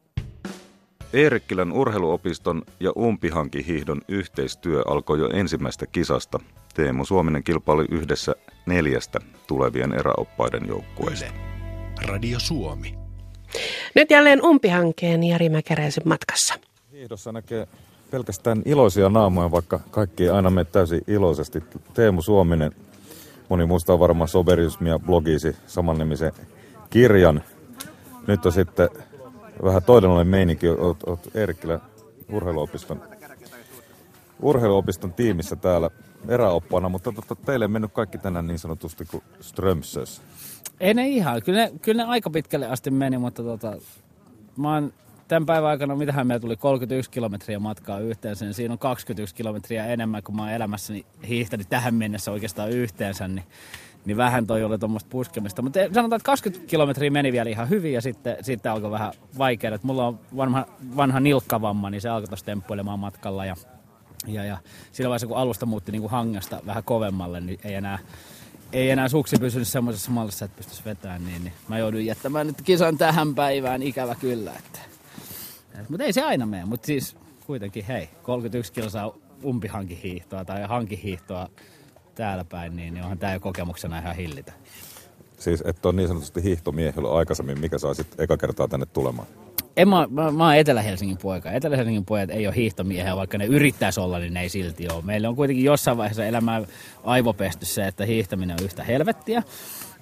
Eerikkilän urheiluopiston ja umpihankihiihdon yhteistyö alkoi jo ensimmäistä kisasta. Teemu Suominen kilpaili yhdessä neljästä tulevien eräoppaiden joukkueesta. Yle. Radio Suomi. Nyt jälleen umpihankeen Jari Mäkäräisen matkassa. Hiihdossa näkee pelkästään iloisia naamoja, vaikka kaikki ei aina mene täysin iloisesti. Teemu Suominen, moni muistaa varmaan Soberiusmia blogiisi samannimisen kirjan. Nyt on sitten vähän toisenlainen meininki. Olet, olet Eerikkilän urheiluopiston, urheiluopiston tiimissä täällä eräoppana, mutta totta, teille ei mennyt kaikki tänään niin sanotusti kuin Strömsös. Ei ne ihan. Kyllä ne, kyllä ne aika pitkälle asti meni, mutta tota, mä oon tämän päivän aikana, mitähän meillä tuli kolmekymmentäyksi kilometriä matkaa yhteensä, niin siinä on kaksikymmentäyksi kilometriä enemmän kuin mä oon elämässäni hiihtänyt tähän mennessä oikeastaan yhteensä, niin, niin vähän toi oli tuommoista puskemista. Mutta sanotaan, että kaksikymmentä kilometriä meni vielä ihan hyvin ja sitten, sitten alkoi vähän vaikeaa. Että mulla on vanha, vanha nilkkavamma, niin se alkoi tuossa temppuilemaan matkalla ja, ja, ja siinä vaiheessa, kun alusta muutti niin kuin hangasta vähän kovemmalle, niin ei enää, ei enää suksi pysynyt semmoisessa mallissa, että pystyisi vetämään, niin, niin mä jouduin jättämään nyt kisan tähän päivään, ikävä kyllä. Että. Mutta ei se aina mene, mutta siis kuitenkin hei, kolmekymmentäyksi kilsaa umpihankihiihtoa tai hankihiihtoa täällä päin, niin, niin onhan tää jo kokemuksena ihan hillitä. Siis et ole niin sanotusti hiihtomiehellä aikaisemmin, mikä saa sitten eka kertaa tänne tulemaan? En mä, mä, mä oon Etelä-Helsingin poika. Etelä-Helsingin pojat ei ole hiihtomiehiä, vaikka ne yrittäisi olla, niin ne ei silti ole. Meillä on kuitenkin jossain vaiheessa elämää aivopesty se, että hiihtäminen on yhtä helvettiä.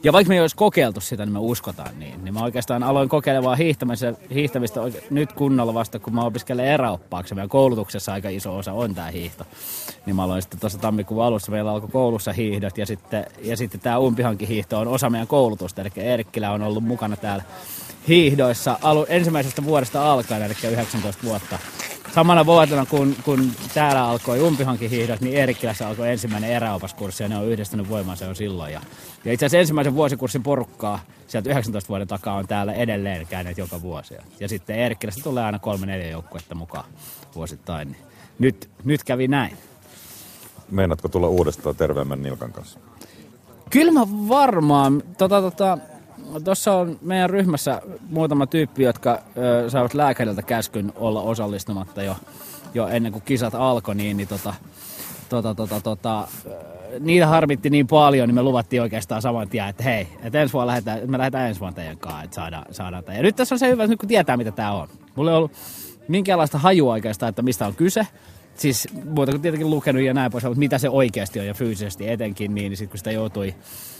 Ja vaikka me ei olisi kokeiltu sitä, niin me uskotaan niin. Niin mä oikeastaan aloin kokeilemaan hiihtämistä nyt kunnolla vasta, kun mä opiskelen eräoppaaksi. Meidän koulutuksessa aika iso osa on tää hiihto. Niin mä aloin sitten tuossa tammikuun alussa, meillä alkoi koulussa hiihdot ja sitten, ja sitten tää umpihankihiihto on osa meidän koulutusta. Eli Eerkkilä on ollut mukana täällä hiihdoissa alu, ensimmäisestä vuodesta alkaen, eli yhdeksäntoista vuotta. Samana vuotena, kun, kun täällä alkoi umpihankihiihdot, niin Eerikkilässä alkoi ensimmäinen eräopaskurssi ja ne on yhdistynyt voimaan se on silloin. Ja, ja itse asiassa ensimmäisen vuosikurssin porukkaa sieltä yhdeksäntoista vuoden takaa on täällä edelleen käyneet joka vuosi. Ja sitten Eerikkilässä tulee aina kolme neljä joukkuetta mukaan vuosittain. Niin nyt, nyt kävi näin. Meinaatko tulla uudestaan terveemmän nilkan kanssa? Kyllä mä varmaan. Tota, tota, Tuossa on meidän ryhmässä muutama tyyppi, jotka ö, saivat lääkäriltä käskyn olla osallistumatta jo, jo ennen kuin kisat alkoi, niin, niin tota, tota, tota, tota, niitä harmitti niin paljon, niin me luvattiin oikeastaan saman tien, että hei, että ensi vuonna lähdetään, me lähdetään ensi vuonna teidän kanssa, että saadaan, saadaan tämä. Ja nyt tässä on se hyvä, että nyt kun tietää, mitä tämä on. Mulla ei ollut minkäänlaista hajua oikeastaan, että mistä on kyse. Siis muuta kuin tietenkin lukenut ja näin pois, mutta mitä se oikeasti on ja fyysisesti etenkin, niin, niin sitten kun sitä joutui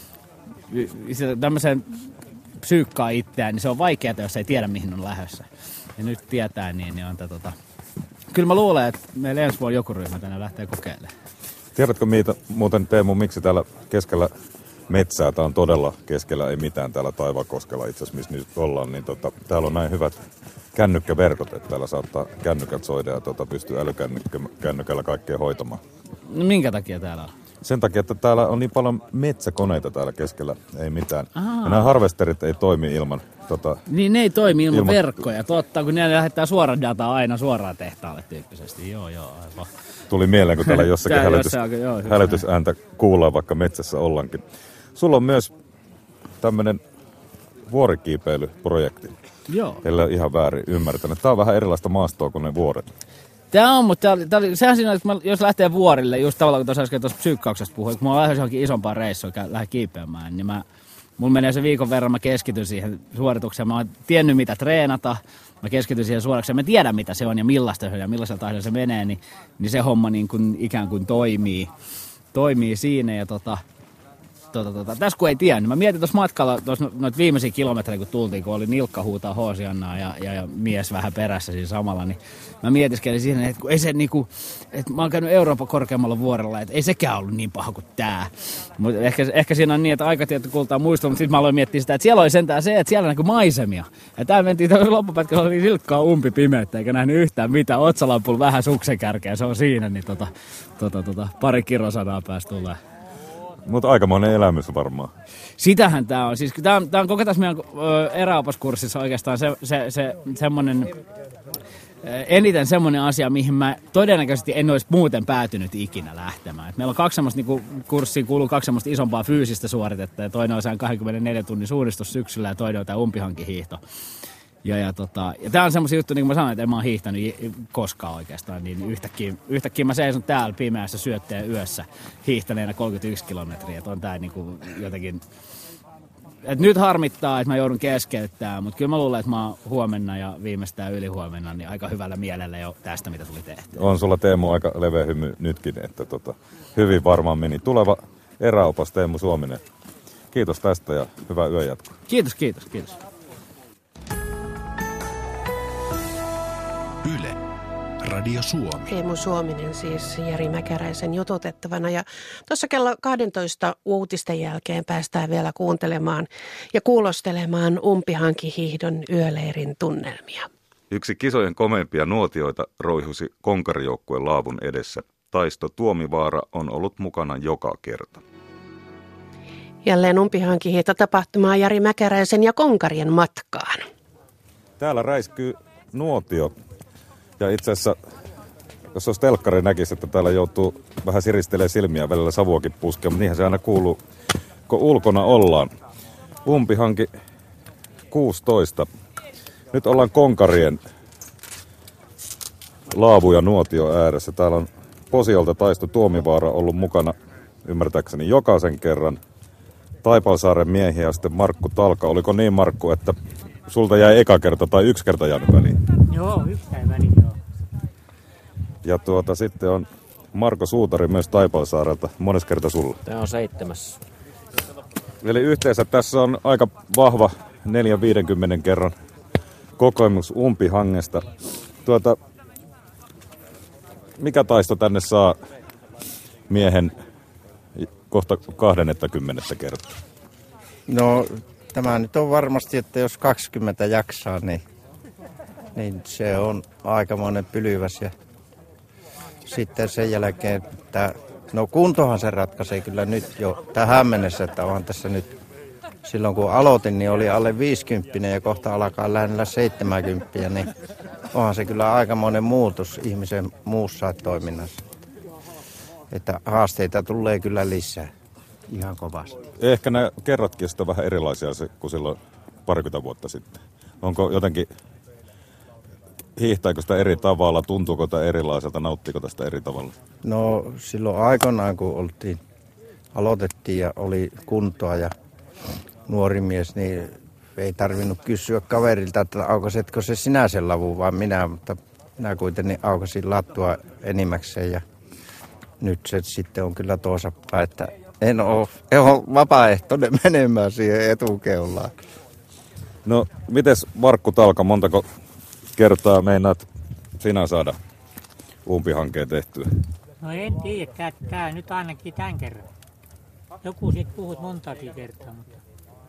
tämmöiseen psyykkaa itseään, niin se on vaikeaa, jos ei tiedä, mihin on lähdössä. Ja nyt tietää, niin, niin on tota... Kyllä mä luulen, että meillä ensi vuonna joku ryhmä tänne lähtee kokeilemaan. Tiedätkö Miita, muuten Teemu, miksi täällä keskellä metsää, tää on todella keskellä, ei mitään täällä Taivaankoskella itse asiassa, missä nyt ollaan, niin tota, täällä on näin hyvät kännykkäverkot, että täällä saattaa kännykät soida ja tota, pystyy älykännykällä kaikkea hoitamaan. No minkä takia täällä on? Sen takia, että täällä on niin paljon metsäkoneita täällä keskellä, ei mitään. Aa. Ja nämä harvesterit ei toimi ilman... Tota, niin ne ei toimi ilman, ilman verkkoja, totta, kun ne lähettää suoraan dataa aina suoraan tehtaalle tyyppisesti. Joo, joo, aivan. Tuli mieleen, kun täällä jossakin hälytys, joo, hälytysääntä kuullaan, vaikka metsässä ollaankin. Sulla on myös tämmöinen vuorikiipeilyprojekti. Joo. Teillä on ihan väärin ymmärtänyt. Tämä on vähän erilaista maastoa kuin ne vuoret. Tämä on, mutta tää oli, tää oli, sehän siinä, että jos lähtee vuorille, just tavallaan kun tuossa äsken tuossa psyykkauksesta puhuin, kun mä lähdin johonkin isompaan reissuun ja lähden kiipeämään, niin mä, mun menee se viikon verran, mä keskityn siihen suoritukseen. Mä oon tiennyt, mitä treenata, mä keskityn siihen suoritukseen, mä tiedän, mitä se on ja millaista se on ja millaisella tahdilla se menee, niin, niin se homma niin kuin ikään kuin toimii, toimii siinä ja tota... Tota, tota. Tässä kun ei tiennyt. Mä mietin tuossa matkalla tuossa noita viimeisiä kilometrejä, kun tultiin, kun oli nilkka huutaa hoosiannaa ja, ja, ja mies vähän perässä siinä samalla, niin mä mietiskelin siinä, että kun ei se niinku, että mä oon käynyt Euroopan korkeammalla vuorella, että ei sekään ollut niin paha kuin tää. Mutta ehkä, ehkä siinä on niin, että aikatieto kultaa muistuu, mutta sitten mä aloin miettiä sitä, että siellä oli sentään se, että siellä näkyi maisemia. Ja täällä mentiin tuossa loppupätkällä, oli silkkaa umpi pimeyttä, eikä nähnyt yhtään mitään. Otsalampulla vähän suksen kärkeä, se on siinä, niin tota, tota, tota, pari kilosanaa päästä tulee. Mutta aikamoinen elämys varmaan. Sitähän tämä on. Siis tämä on, tää on koko tässä meidän eräopaskurssissa oikeastaan se, se, se, semmoinen, eniten semmoinen asia, mihin mä todennäköisesti en olisi muuten päätynyt ikinä lähtemään. Et meillä on kaksi semmoista, niin kurssiin kuuluu kaksi semmoista isompaa fyysistä suoritetta. Ja toinen on sen kaksikymmentäneljä tunnin suunnistus syksyllä ja toinen on tämä umpihankihiihto. Ja, ja, tota, ja tää on semmoisia juttuja, niin kuin mä sanoin, että en mä oon hiihtänyt koskaan oikeastaan, niin yhtäkkiä, yhtäkkiä mä seison täällä pimeässä syötteen yössä hiihtäneenä kolmekymmentäyksi kilometriä, että on tää niin kuin jotenkin, että nyt harmittaa, että mä joudun keskeyttämään, mutta kyllä mä luulen, että mä oon huomenna ja viimeistään ylihuomenna, niin aika hyvällä mielellä jo tästä, mitä tuli tehtyä. On sulla Teemu aika leveä hymy nytkin, että tota, hyvin varmaan meni. Tuleva eräopas Teemu Suominen. Kiitos tästä ja hyvää yönjatkoa. Kiitos, kiitos, kiitos. Yle, Radio Suomi. Teemu Suominen siis Jari Mäkäräisen jututettavana ja tuossa kello kaksitoista uutisten jälkeen päästään vielä kuuntelemaan ja kuulostelemaan umpihankihiihdon yöleirin tunnelmia. Yksi kisojen komeimpia nuotioita roihusi konkarijoukkueen laavun edessä. Taisto Tuomivaara on ollut mukana joka kerta. Jälleen umpihankihiihto tapahtumaa Jari Mäkäräisen ja konkarien matkaan. Täällä räiskyy nuotio. Ja itse asiassa, jos olisi telkkari näkisi, että täällä joutuu vähän siristelee silmiä välillä savuakin puskea, mutta niinhän se aina kuuluu, kun ulkona ollaan. Umpihanki kuusitoista. Nyt ollaan konkarien laavu- ja nuotio ääressä. Täällä on Posiolta Taisto Tuomivaara ollut mukana ymmärtääkseni jokaisen kerran. Taipalsaaren miehiä ja sitten Markku Talka. Oliko niin, Markku, että sulta jäi eka kerta tai yksi kerta jäänyt väliin? Joo, yksi jäi väliin, joo. Ja tuota sitten on Marko Suutari myös Taipalsaarelta. Mones kerta sulla? Tämä on seitsemäs. Eli yhteensä tässä on aika vahva neljä viidenkymmenen kerran kokemus umpihangesta. Tuota, mikä taisto tänne saa miehen kohta kahdennettakymmenettä kertaa? No tämä nyt on varmasti, että jos kaksikymmentä jaksaa, niin, niin se on aikamoinen pylyväs. Ja sitten sen jälkeen, että no kuntohan se ratkaisee kyllä nyt jo tähän mennessä, että onhan tässä nyt silloin kun aloitin, niin oli alle viisikymppinen ja kohta alkaa lähellä seitsemänkymmentä, niin onhan se kyllä aikamoinen muutos ihmisen muussa toiminnassa. Että haasteita tulee kyllä lisää ihan kovasti. Ehkä nämä kerratkin ovat vähän erilaisia kuin silloin parikymmentä vuotta sitten. Onko jotenkin, hiihtääkö sitä eri tavalla, tuntuuko tämä erilaiselta, nauttiiko tästä eri tavalla? No silloin aikoinaan kun oltiin, aloitettiin ja oli kuntoa ja nuori mies, niin ei tarvinnut kysyä kaverilta, että aukaisetko se sinä sen lavun, vaan minä, mutta minä kuitenkin aukasin lattua enimmäkseen ja nyt se sitten on kyllä toisapäin, että en ole, en ole vapaaehtoinen menemään siihen etukeulaan. No, mites Markku Talka, montako kertaa meinaat sinä saada umpihankkeen tehtyä? No en tiedä, tää, tää nyt ainakin tämän kerran. Joku sit puhut montaakin kertaa, mutta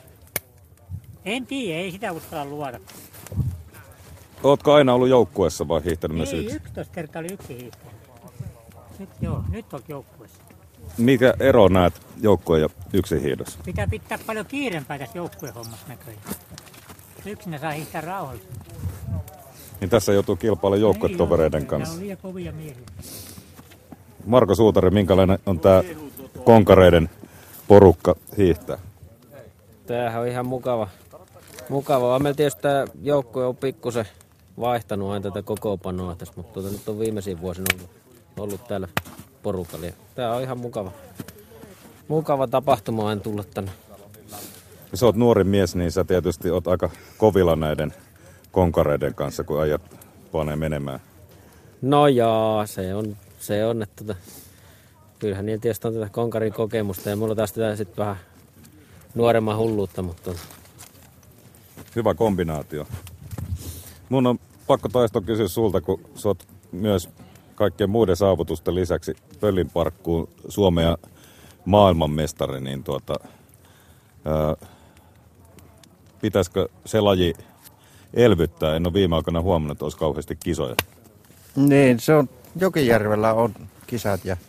en tiedä, ei sitä uskalla luoda. Ootko aina ollut joukkueessa vai hiihtänyt myös Ei, yksin? yksitoista kertaa oli yksi hiihtänyt. Nyt joo, nyt on joukkueessa. Mikä ero näet joukkueen ja yksin hiihdossa? Pitää pitää paljon kiireempää tässä joukkuehommassa näköjään. Yksinä saa hiihtää rauhallisesti. Niin tässä joutuu kilpailemaan joukkuetovereiden kanssa. Nämä on liian kovia miehiä. Marko Suutari, minkälainen on tämä konkareiden porukka hiihtää? Tämähän on ihan mukava. Mukava. Meillä tietysti tämä joukkue on pikkusen vaihtanut aina tätä kokoopanoa tässä, mutta tuota, nyt on viimeisiin vuosina ollut, ollut täällä porukalla. Tämä on ihan mukava. Mukava tapahtuma aina tulla tänne. Jos olet nuori mies, niin sä tietysti oot aika kovilla näiden konkareiden kanssa, kun ajat panee menemään. No jaa, se on, se on että tota, kyllähän niillä tietysti on tätä konkarin kokemusta ja mulla taas tätä sitten vähän nuoremman hulluutta, mutta hyvä kombinaatio. Mun on pakko taisto kysyä sulta, kun sä oot myös kaikkien muiden saavutusten lisäksi Pöllin parkkuun Suomen ja maailmanmestari, niin tuota, ää, pitäisikö se laji elvyttää? En ole viime aikoina huomannut, että olisi kauheasti kisoja. Niin, se on, Jokijärvellä on kisat ja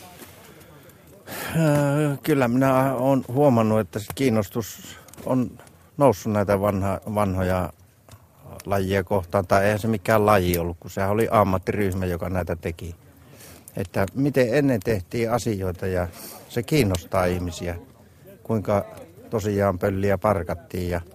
ää, kyllä minä olen huomannut, että se kiinnostus on noussut näitä vanha, vanhoja lajia kohtaan, tai eihän se mikään laji ollut, kun sehän oli ammattiryhmä, joka näitä teki. Että miten ennen tehtiin asioita ja se kiinnostaa ihmisiä, kuinka tosiaan pölliä parkattiin ja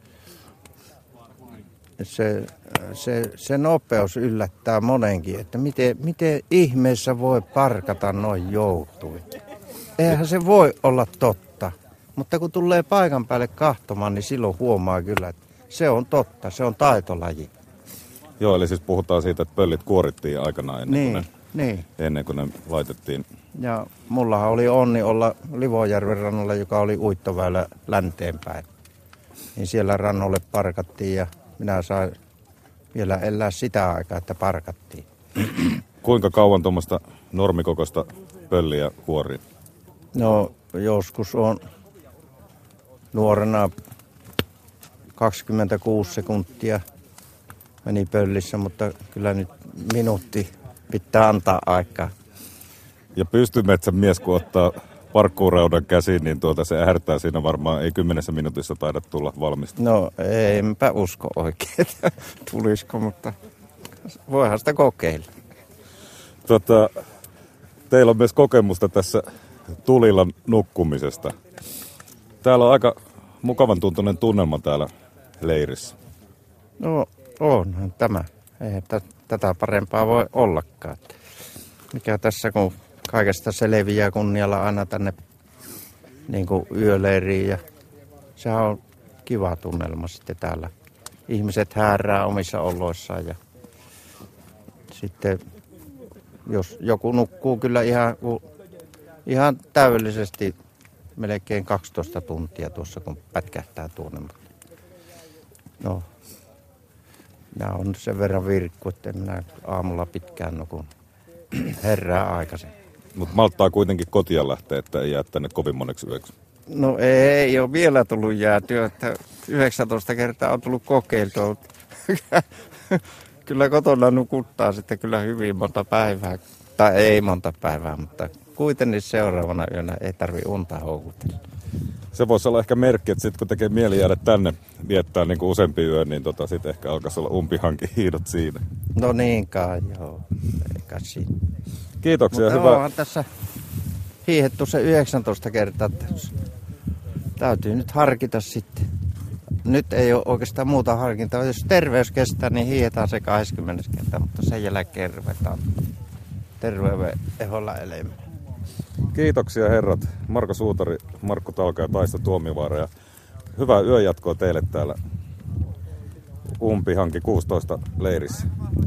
se, se, se nopeus yllättää monenkin, että miten, miten ihmeessä voi parkata noin joutui. Eihän se voi olla totta, mutta kun tulee paikan päälle kahtomaan, niin silloin huomaa kyllä, että se on totta, se on taitolaji. Joo, eli siis puhutaan siitä, että pöllit kuorittiin aikanaan ennen, niin, kuin, ne, niin. ennen kuin ne laitettiin. Ja mullahan oli onni olla Livojärven rannalla, joka oli uittoväylä länteenpäin. Niin siellä rannolle parkattiin ja minä sain vielä elää sitä aikaa, että parkattiin. Kuinka kauan tuommoista normikokoista pölliä kuorii? No joskus on nuorena kaksikymmentäkuusi sekuntia meni pöllissä, mutta kyllä nyt minuutti pitää antaa aikaa. Ja pystymetsän mies, kun ottaa parkkuuraudan käsiin, niin tuota se äärtää siinä varmaan, ei kymmenessä minuutissa taida tulla valmista. No enpä usko oikein, että tulisiko, mutta voihan sitä kokeilla. Tota, teillä on myös kokemusta tässä tulilla nukkumisesta. Täällä on aika mukavan tuntuinen tunnelma täällä leirissä. No onhan tämä. Eihän t- tätä parempaa voi ollakaan. Mikä tässä, kun kaikesta selviää kunnialla aina tänne niin kuin yöleiriin. Ja sehän on kiva tunnelma sitten täällä. Ihmiset häärää omissa oloissaan. Ja sitten jos joku nukkuu kyllä ihan, ihan täydellisesti melkein kaksitoista tuntia tuossa, kun pätkähtää tuonne. No, minä olen sen verran virkku, että minä aamulla pitkään nukun. Herää aikaisin. Mutta malttaa kuitenkin kotia lähteä, että ei jää tänne kovin moneksi yöksi. No ei ole vielä tullut jäätyä, että yhdeksäntoista kertaa on tullut kokeiltua. Kyllä kotona nukuttaa sitten kyllä hyvin monta päivää, tai ei monta päivää, mutta kuitenkin seuraavana yönä ei tarvitse unta houkutella. Se voisi olla ehkä merkki, että sitten kun tekee mieli jäädä tänne viettää niin kuin useampi yö, niin tota, sitten ehkä alkaisi olla umpihankihiidot siinä. No niin kai, joo. Eikä siinä. Kiitoksia. Mutta hyvä. onhan tässä hiihetty se yhdeksäntoista kertaa, että täytyy nyt harkita sitten. Nyt ei ole oikeastaan muuta harkintaa. Jos terveys kestää, niin hiihetään se kaksikymmentä kertaa, mutta sen jälkeen ruvetaan terveyden eholla elämään. Kiitoksia herrat. Marko Suutari, Markku Talka ja Taisto Tuomivaara. Ja hyvää yönjatkoa teille täällä Umpihanki kuusitoista leirissä.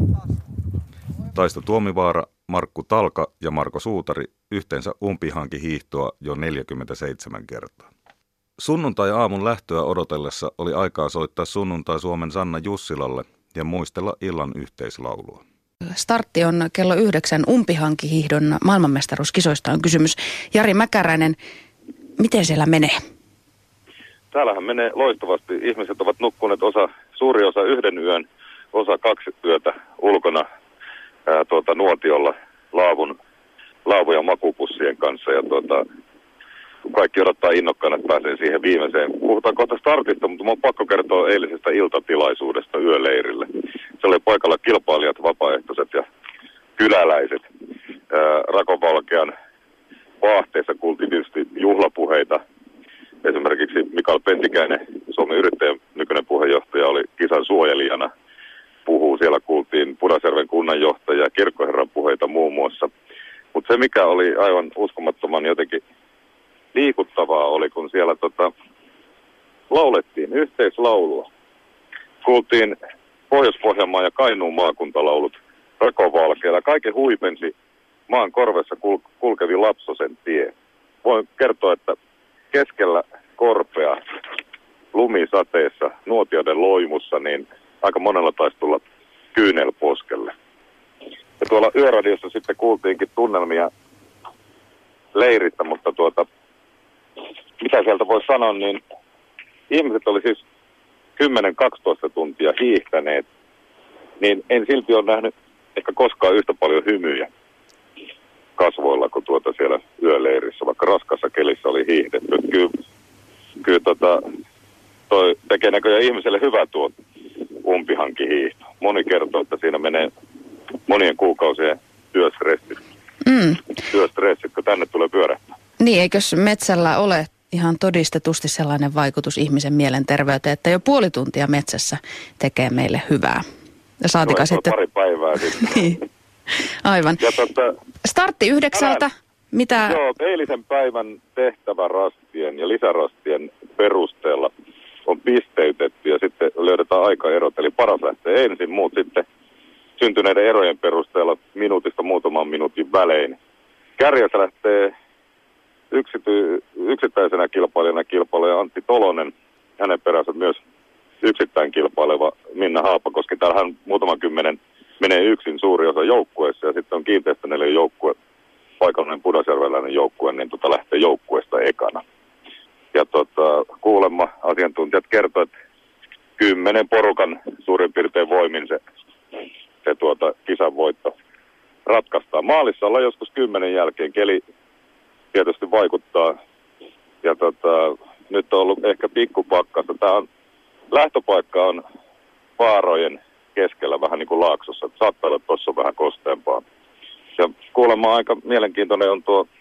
Taisto Tuomivaara, Markku Talka ja Marko Suutari yhteensä umpihanki hiihtoa jo neljäkymmentäseitsemän kertaa. Sunnuntai-aamun lähtöä odotellessa oli aikaa soittaa Sunnuntai-Suomen Sanna Jussilalle ja muistella illan yhteislaulua. Startti on kello yhdeksän umpihankihiihdon maailmanmestaruuskisoista on kysymys. Jari Mäkäräinen, miten siellä menee? Täällähän menee loistavasti. Ihmiset ovat nukkuneet osa, suuri osa yhden yön, osa kaksi yötä ulkona ää, tuota, nuotiolla laavun, laavu- ja makupussien kanssa. Ja tuota, kaikki odottaa innokkaana, että pääsee siihen viimeiseen. Puhutaan kohta startista, mutta minun on pakko kertoa eilisestä iltatilaisuudesta yöleirille. Se oli paikalla kilpailijat, vapaaehtoiset ja kyläläiset. Ää, Rakovalkean vaahteessa kuultiin tietysti juhlapuheita. Esimerkiksi Mikael Pentikäinen, Suomen yrittäjän nykyinen puheenjohtaja, oli kisan suojelijana. Puhuu, siellä kuultiin Pudasjärven kunnanjohtaja ja kirkkoherran puheita muun muassa. Mutta se, mikä oli aivan uskomattoman jotenkin liikuttavaa, oli, kun siellä tota, laulettiin yhteislaulua. Kuultiin Pohjois-Pohjanmaan ja Kainuun maakuntalaulut Rakovalkealla. Kaiken huipensi maan korvessa kul- kulkevi Lapsosen tie. Voin kertoa, että keskellä korpea lumisateessa, nuotioiden loimussa, niin aika monella taisi tulla kyynel poskelle. Ja tuolla yöradiossa sitten kuultiinkin tunnelmia leiristä, mutta tuota, mitä sieltä voi sanoa, niin ihmiset oli siis kymmenen kaksitoista tuntia hiihtäneet, niin en silti ole nähnyt ehkä koskaan yhtä paljon hymyjä kasvoilla kuin tuota siellä yöleirissä, vaikka raskassa kelissä oli hiihdetty. Kyllä, kyllä tota, toi tekee näköjään ihmiselle hyvä tuo umpihankihiihto. Moni kertoo, että siinä menee monien kuukausien työstressit, mm. työstressit kun tänne tulee pyörähtää. Niin, eikös metsällä ole ihan todistetusti sellainen vaikutus ihmisen mielenterveyteen, että jo puoli tuntia metsässä tekee meille hyvää. Ja saatika sitten pari päivää sitten. Aivan. Ja tota, startti yhdeksältä. Tänään, mitä? Joo, eilisen päivän tehtävärastien ja lisärastien perusteella on pisteytetty ja sitten löydetään aikaerot. Eli paras lähtee ensin, muut sitten syntyneiden erojen perusteella minuutista muutaman minuutin välein. Kärjessä lähtee yksity, yksittäisenä kilpailijana kilpailija Antti Tolonen. Hänen peränsä myös yksittäin kilpaileva Minna Haapakoski. Täällähän muutaman kymmenen menee yksin suuri osa joukkueessa ja sitten on kiinteistöneliön joukkue, paikallinen pudasjärveläinen joukkue, niin tota lähtee joukkueesta ekana. Ja tota, kuulemma asiantuntijat kertovat, että kymmenen porukan suurin piirtein voimin se, se tuota, kisan voitto ratkaistaan. Maalissa ollaan joskus kymmenen jälkeen, keli tietysti vaikuttaa ja tota, nyt on ollut ehkä pikkupakkasta. Tämä on, lähtöpaikka on vaarojen keskellä vähän niin kuin laaksossa. Että saattaa olla tuossa vähän kosteampaa. Ja kuulemma aika mielenkiintoinen on tuo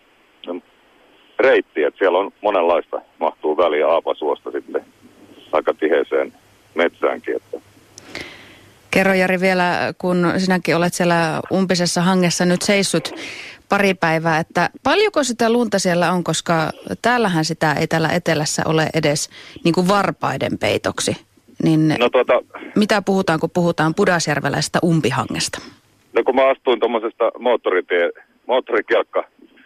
reitti, että siellä on monenlaista, mahtuu väliä Aapasuosta sitten aika tiheeseen metsäänkin. Että. Kerro Jari vielä, kun sinäkin olet siellä umpisessa hangessa nyt seissut pari päivää, että paljonko sitä lunta siellä on, koska täällähän sitä ei täällä etelässä ole edes niin kuin varpaiden peitoksi. Niin no tuota, mitä puhutaan, kun puhutaan pudasjärveläisestä umpihangesta? No kun mä astuin tuommoisesta moottoritie, moottorikelkka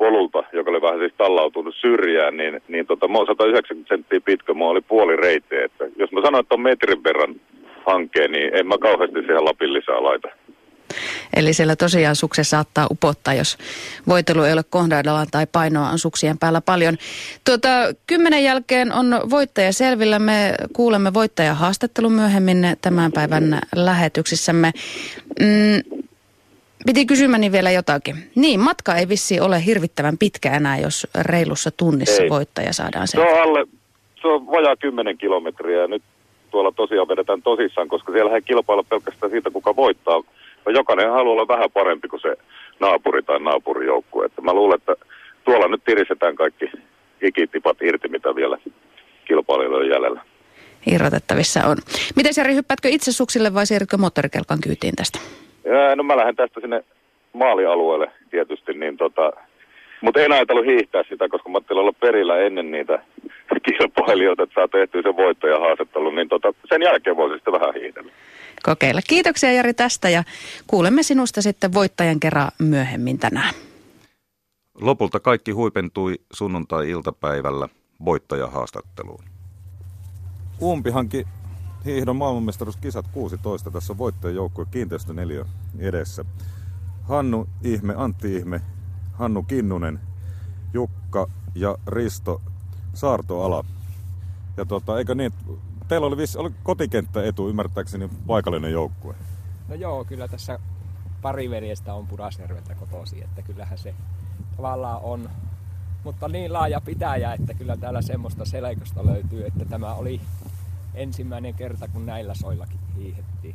polulta, joka oli vähän siis tallautunut syrjään, niin, niin tota, mä oon sata yhdeksänkymmentä senttiä pitkä, mä oli puoli reiteä. Että jos mä sanoin, että on metrin verran hankkeen, niin en mä kauheasti siihen Lapin lisää laita. Eli siellä tosiaan sukse saattaa upottaa, jos voitelu ei ole kohdallaan tai painoa on suksien päällä paljon. Tuota, kymmenen jälkeen on voittaja selvillä. Me kuulemme voittajan haastattelun myöhemmin tämän päivän lähetyksissämme. Mm, piti kysymäni vielä jotakin. Niin, matka ei vissiin ole hirvittävän pitkä enää, jos reilussa tunnissa ei. Voittaja saadaan selville. Se on alle, se on vajaa kymmenen kilometriä ja nyt tuolla tosiaan vedetään tosissaan, koska siellä ei kilpailla pelkästään siitä, kuka voittaa. Jokainen haluaa olla vähän parempi kuin se naapuri tai naapurijoukkue. Että mä luulen, että tuolla nyt tirisetään kaikki ikitipat irti, mitä vielä kilpailijoilla on jäljellä. Irrotettavissa on. Miten Jari, hyppäätkö itse suksille vai siirrytkö moottorikelkan kyytiin tästä? Ja, no mä lähden tästä sinne maalialueelle tietysti, niin tota, mutta en ajatellut hiihtää sitä, koska mä ajattelin olla perillä ennen niitä kilpailijoita, että saa tehtyä sen voittajahaastattelun, niin tota, sen jälkeen voisi sitten vähän hiihdellä. Kokeilla. Kiitoksia Jari tästä ja kuulemme sinusta sitten voittajan kerran myöhemmin tänään. Lopulta kaikki huipentui sunnuntai-iltapäivällä voittajahaastatteluun. Umpihanki hiihdon maailmanmestaruuskisat kuusitoista. Tässä on voittajajoukkue kiinteistöneliö edessä. Hannu Ihme, Antti Ihme, Hannu Kinnunen, Jukka ja Risto Saartoala. Ja tota, eikö niin, teillä oli, vissi, oli kotikenttäetu, ymmärtääkseni paikallinen joukkue. No joo, kyllä tässä pari veljestä on Pudasjärveltä kotoisin, että kyllähän se tavallaan on, mutta niin laaja pitäjä, että kyllä täällä semmoista selkosta löytyy, että tämä oli ensimmäinen kerta, kun näillä soillakin hiihettiin.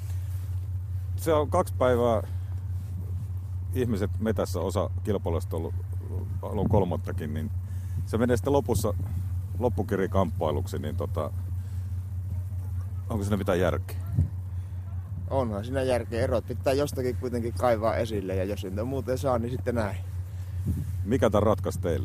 Se on kaksi päivää ihmiset metässä, osa kilpailusta on ollut kolmottakin, niin se menee sitten lopussa loppukirikamppailuksi, niin tota, onko siinä mitään järkeä? Onhan siinä järkeä. Erot pitää jostakin kuitenkin kaivaa esille ja jos niitä muuten saa, niin sitten näin. Mikä tämän ratkaisi teille?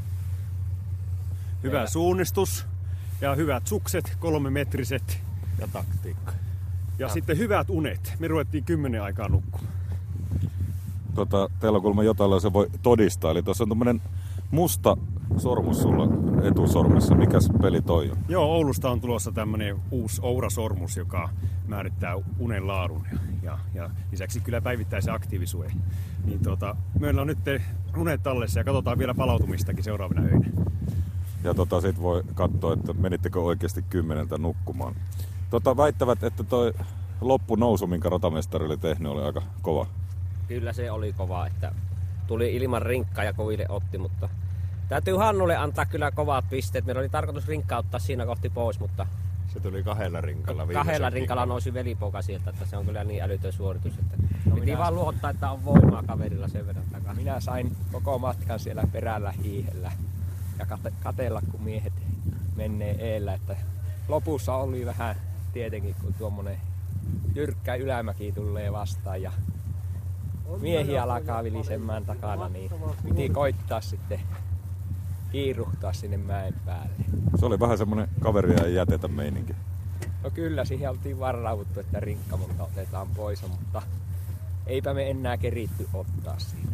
Hyvä Meillä. suunnistus ja hyvät sukset, kolmemetriset. Ja taktiikka. Ja, ja sitten hyvät unet. Me ruvettiin kymmenen aikaa nukkumaan. Tota, teillä on kuulemma jotain, se voi todistaa. Eli tuossa on tommonen musta sormus sulla etusormessa. Mikäs peli toi on? Joo, Oulusta on tulossa tämmönen uusi Oura-sormus, joka määrittää unen laadun ja, ja, ja lisäksi kyllä päivittäisen aktiivisuuden. Niin tuota, meillä on nyt unet tallessa ja katsotaan vielä palautumistakin seuraavina öinä. Ja tota, sit voi katsoa, että menittekö oikeasti kymmeneltä nukkumaan. Tota, väittävät, että toi loppunousu, minkä ratamestari oli tehnyt, oli aika kova. Kyllä se oli kova, että tuli ilman rinkkaa ja koville otti, mutta täytyy Hannulle antaa kyllä kovat pisteet. Meillä oli tarkoitus rinkkaa ottaa siinä kohti pois, mutta se tuli kahdella rinkalla. Kahdella rinkalla nousi velipoika sieltä, että se on kyllä niin älytön suoritus, että no piti vaan luottaa, että on voimaa kaverilla sen verran takana. Minä sain koko matkan siellä perällä hiihellä ja kate- katella, kun miehet menee eellä, että lopussa oli vähän tietenkin, kun tuommoinen jyrkkä ylämäki tulee vastaan ja miehiä alkaa vilisemään takana, niin piti koittaa sitten kiiruhtaa sinne mäen päälle. Se oli vähän semmoinen kaveria ei jätetä meininki. No kyllä, siihen oltiin varauduttu, että rinkkamonta otetaan pois, mutta eipä me enää keritty ottaa siinä.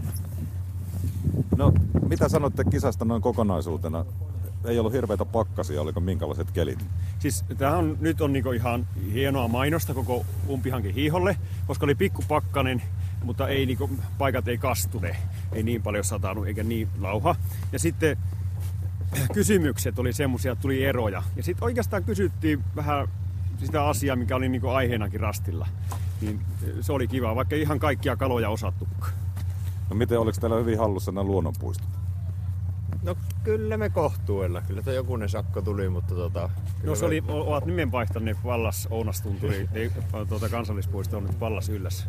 No, mitä sanotte kisasta noin kokonaisuutena? Ei ollut hirveitä pakkasia, oliko minkälaiset kelit? Siis tämähän on, nyt on niinku ihan hienoa mainosta koko umpihankin hiiholle, koska oli pikkupakkanen, mutta ei niinku, paikat ei kastune, ei niin paljon satanut eikä niin lauha. Ja sitten kysymykset oli semmoisia, että tuli eroja. Ja sitten oikeastaan kysyttiin vähän sitä asiaa, mikä oli niinku aiheenakin rastilla. Niin se oli kiva, vaikka ei ihan kaikkia kaloja osattukaan. No miten, oliko täällä hyvin hallussa nämä luonnonpuistot? No kyllä me kohtuudella. Kyllä tuo jokunen sakko tuli, mutta tota... No se me... oli, ovat nimen vaihtaneet Pallas Ounastunturi, ei tuota kansallispuisto on nyt Pallas Yllässä.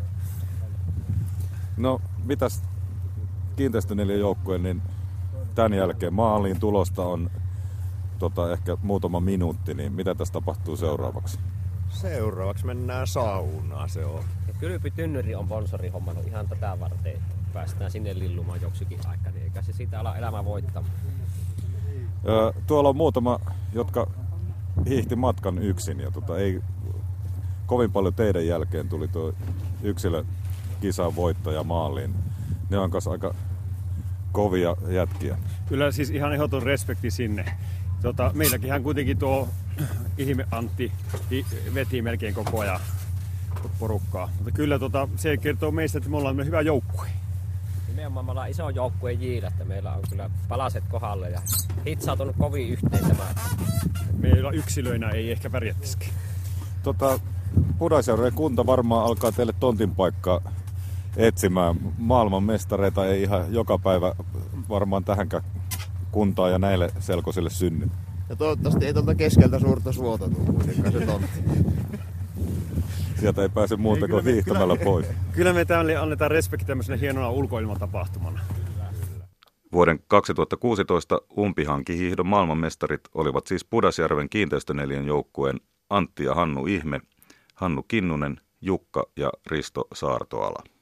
No mitäs kiinteistöneliön joukkueen, niin tämän jälkeen maaliin tulosta on tota, ehkä muutama minuutti, niin mitä tässä tapahtuu seuraavaksi? Seuraavaksi mennään saunaan, se on. Ja Kylpy Tynnyri on sponsori hommannut ihan tätä varten, päästään sinne lillumaan joksikin aikaa, niin eikä se siitä ala elämä voittamaan. Öö, tuolla on muutama, jotka hiihti matkan yksin ja tota, ei kovin paljon teidän jälkeen tuli tuo yksilökisan voittaja maaliin. Ne on kanssa aika kovia jätkiä. Kyllä siis ihan ehdoton respekti sinne. Tota, meilläkin hän kuitenkin tuo ihme Antti veti melkein koko ajan porukkaa. Mutta kyllä tota, se kertoo meistä, että me ollaan hyvä joukkue. Nimenomaan me ollaan iso joukkue Jiillä, että meillä on kyllä palaset kohdalle ja hitsautunut kovin yhteen tämä. Meillä yksilöinä ei ehkä pärjättäisikin. Tota, Pudasjärven kunta varmaan alkaa teille tontin paikkaa etsimään. Maailman mestareita ei ihan joka päivä varmaan tähänkään kuntaan ja näille selkoisille synny. Ja toivottavasti ei tuolta keskeltä suurta suota tule kuitenkaan se tontti. Sieltä ei pääse muuta kuin hiihtämällä kyllä, pois. Kyllä me tälle annetaan respekti tämmöisenä hienona ulkoilmatapahtumana. Vuoden kaksituhattakuusitoista umpihankihiihdon maailmanmestarit olivat siis Pudasjärven kiinteistöneliön joukkueen Antti ja Hannu Ihme, Hannu Kinnunen, Jukka ja Risto Saartoala.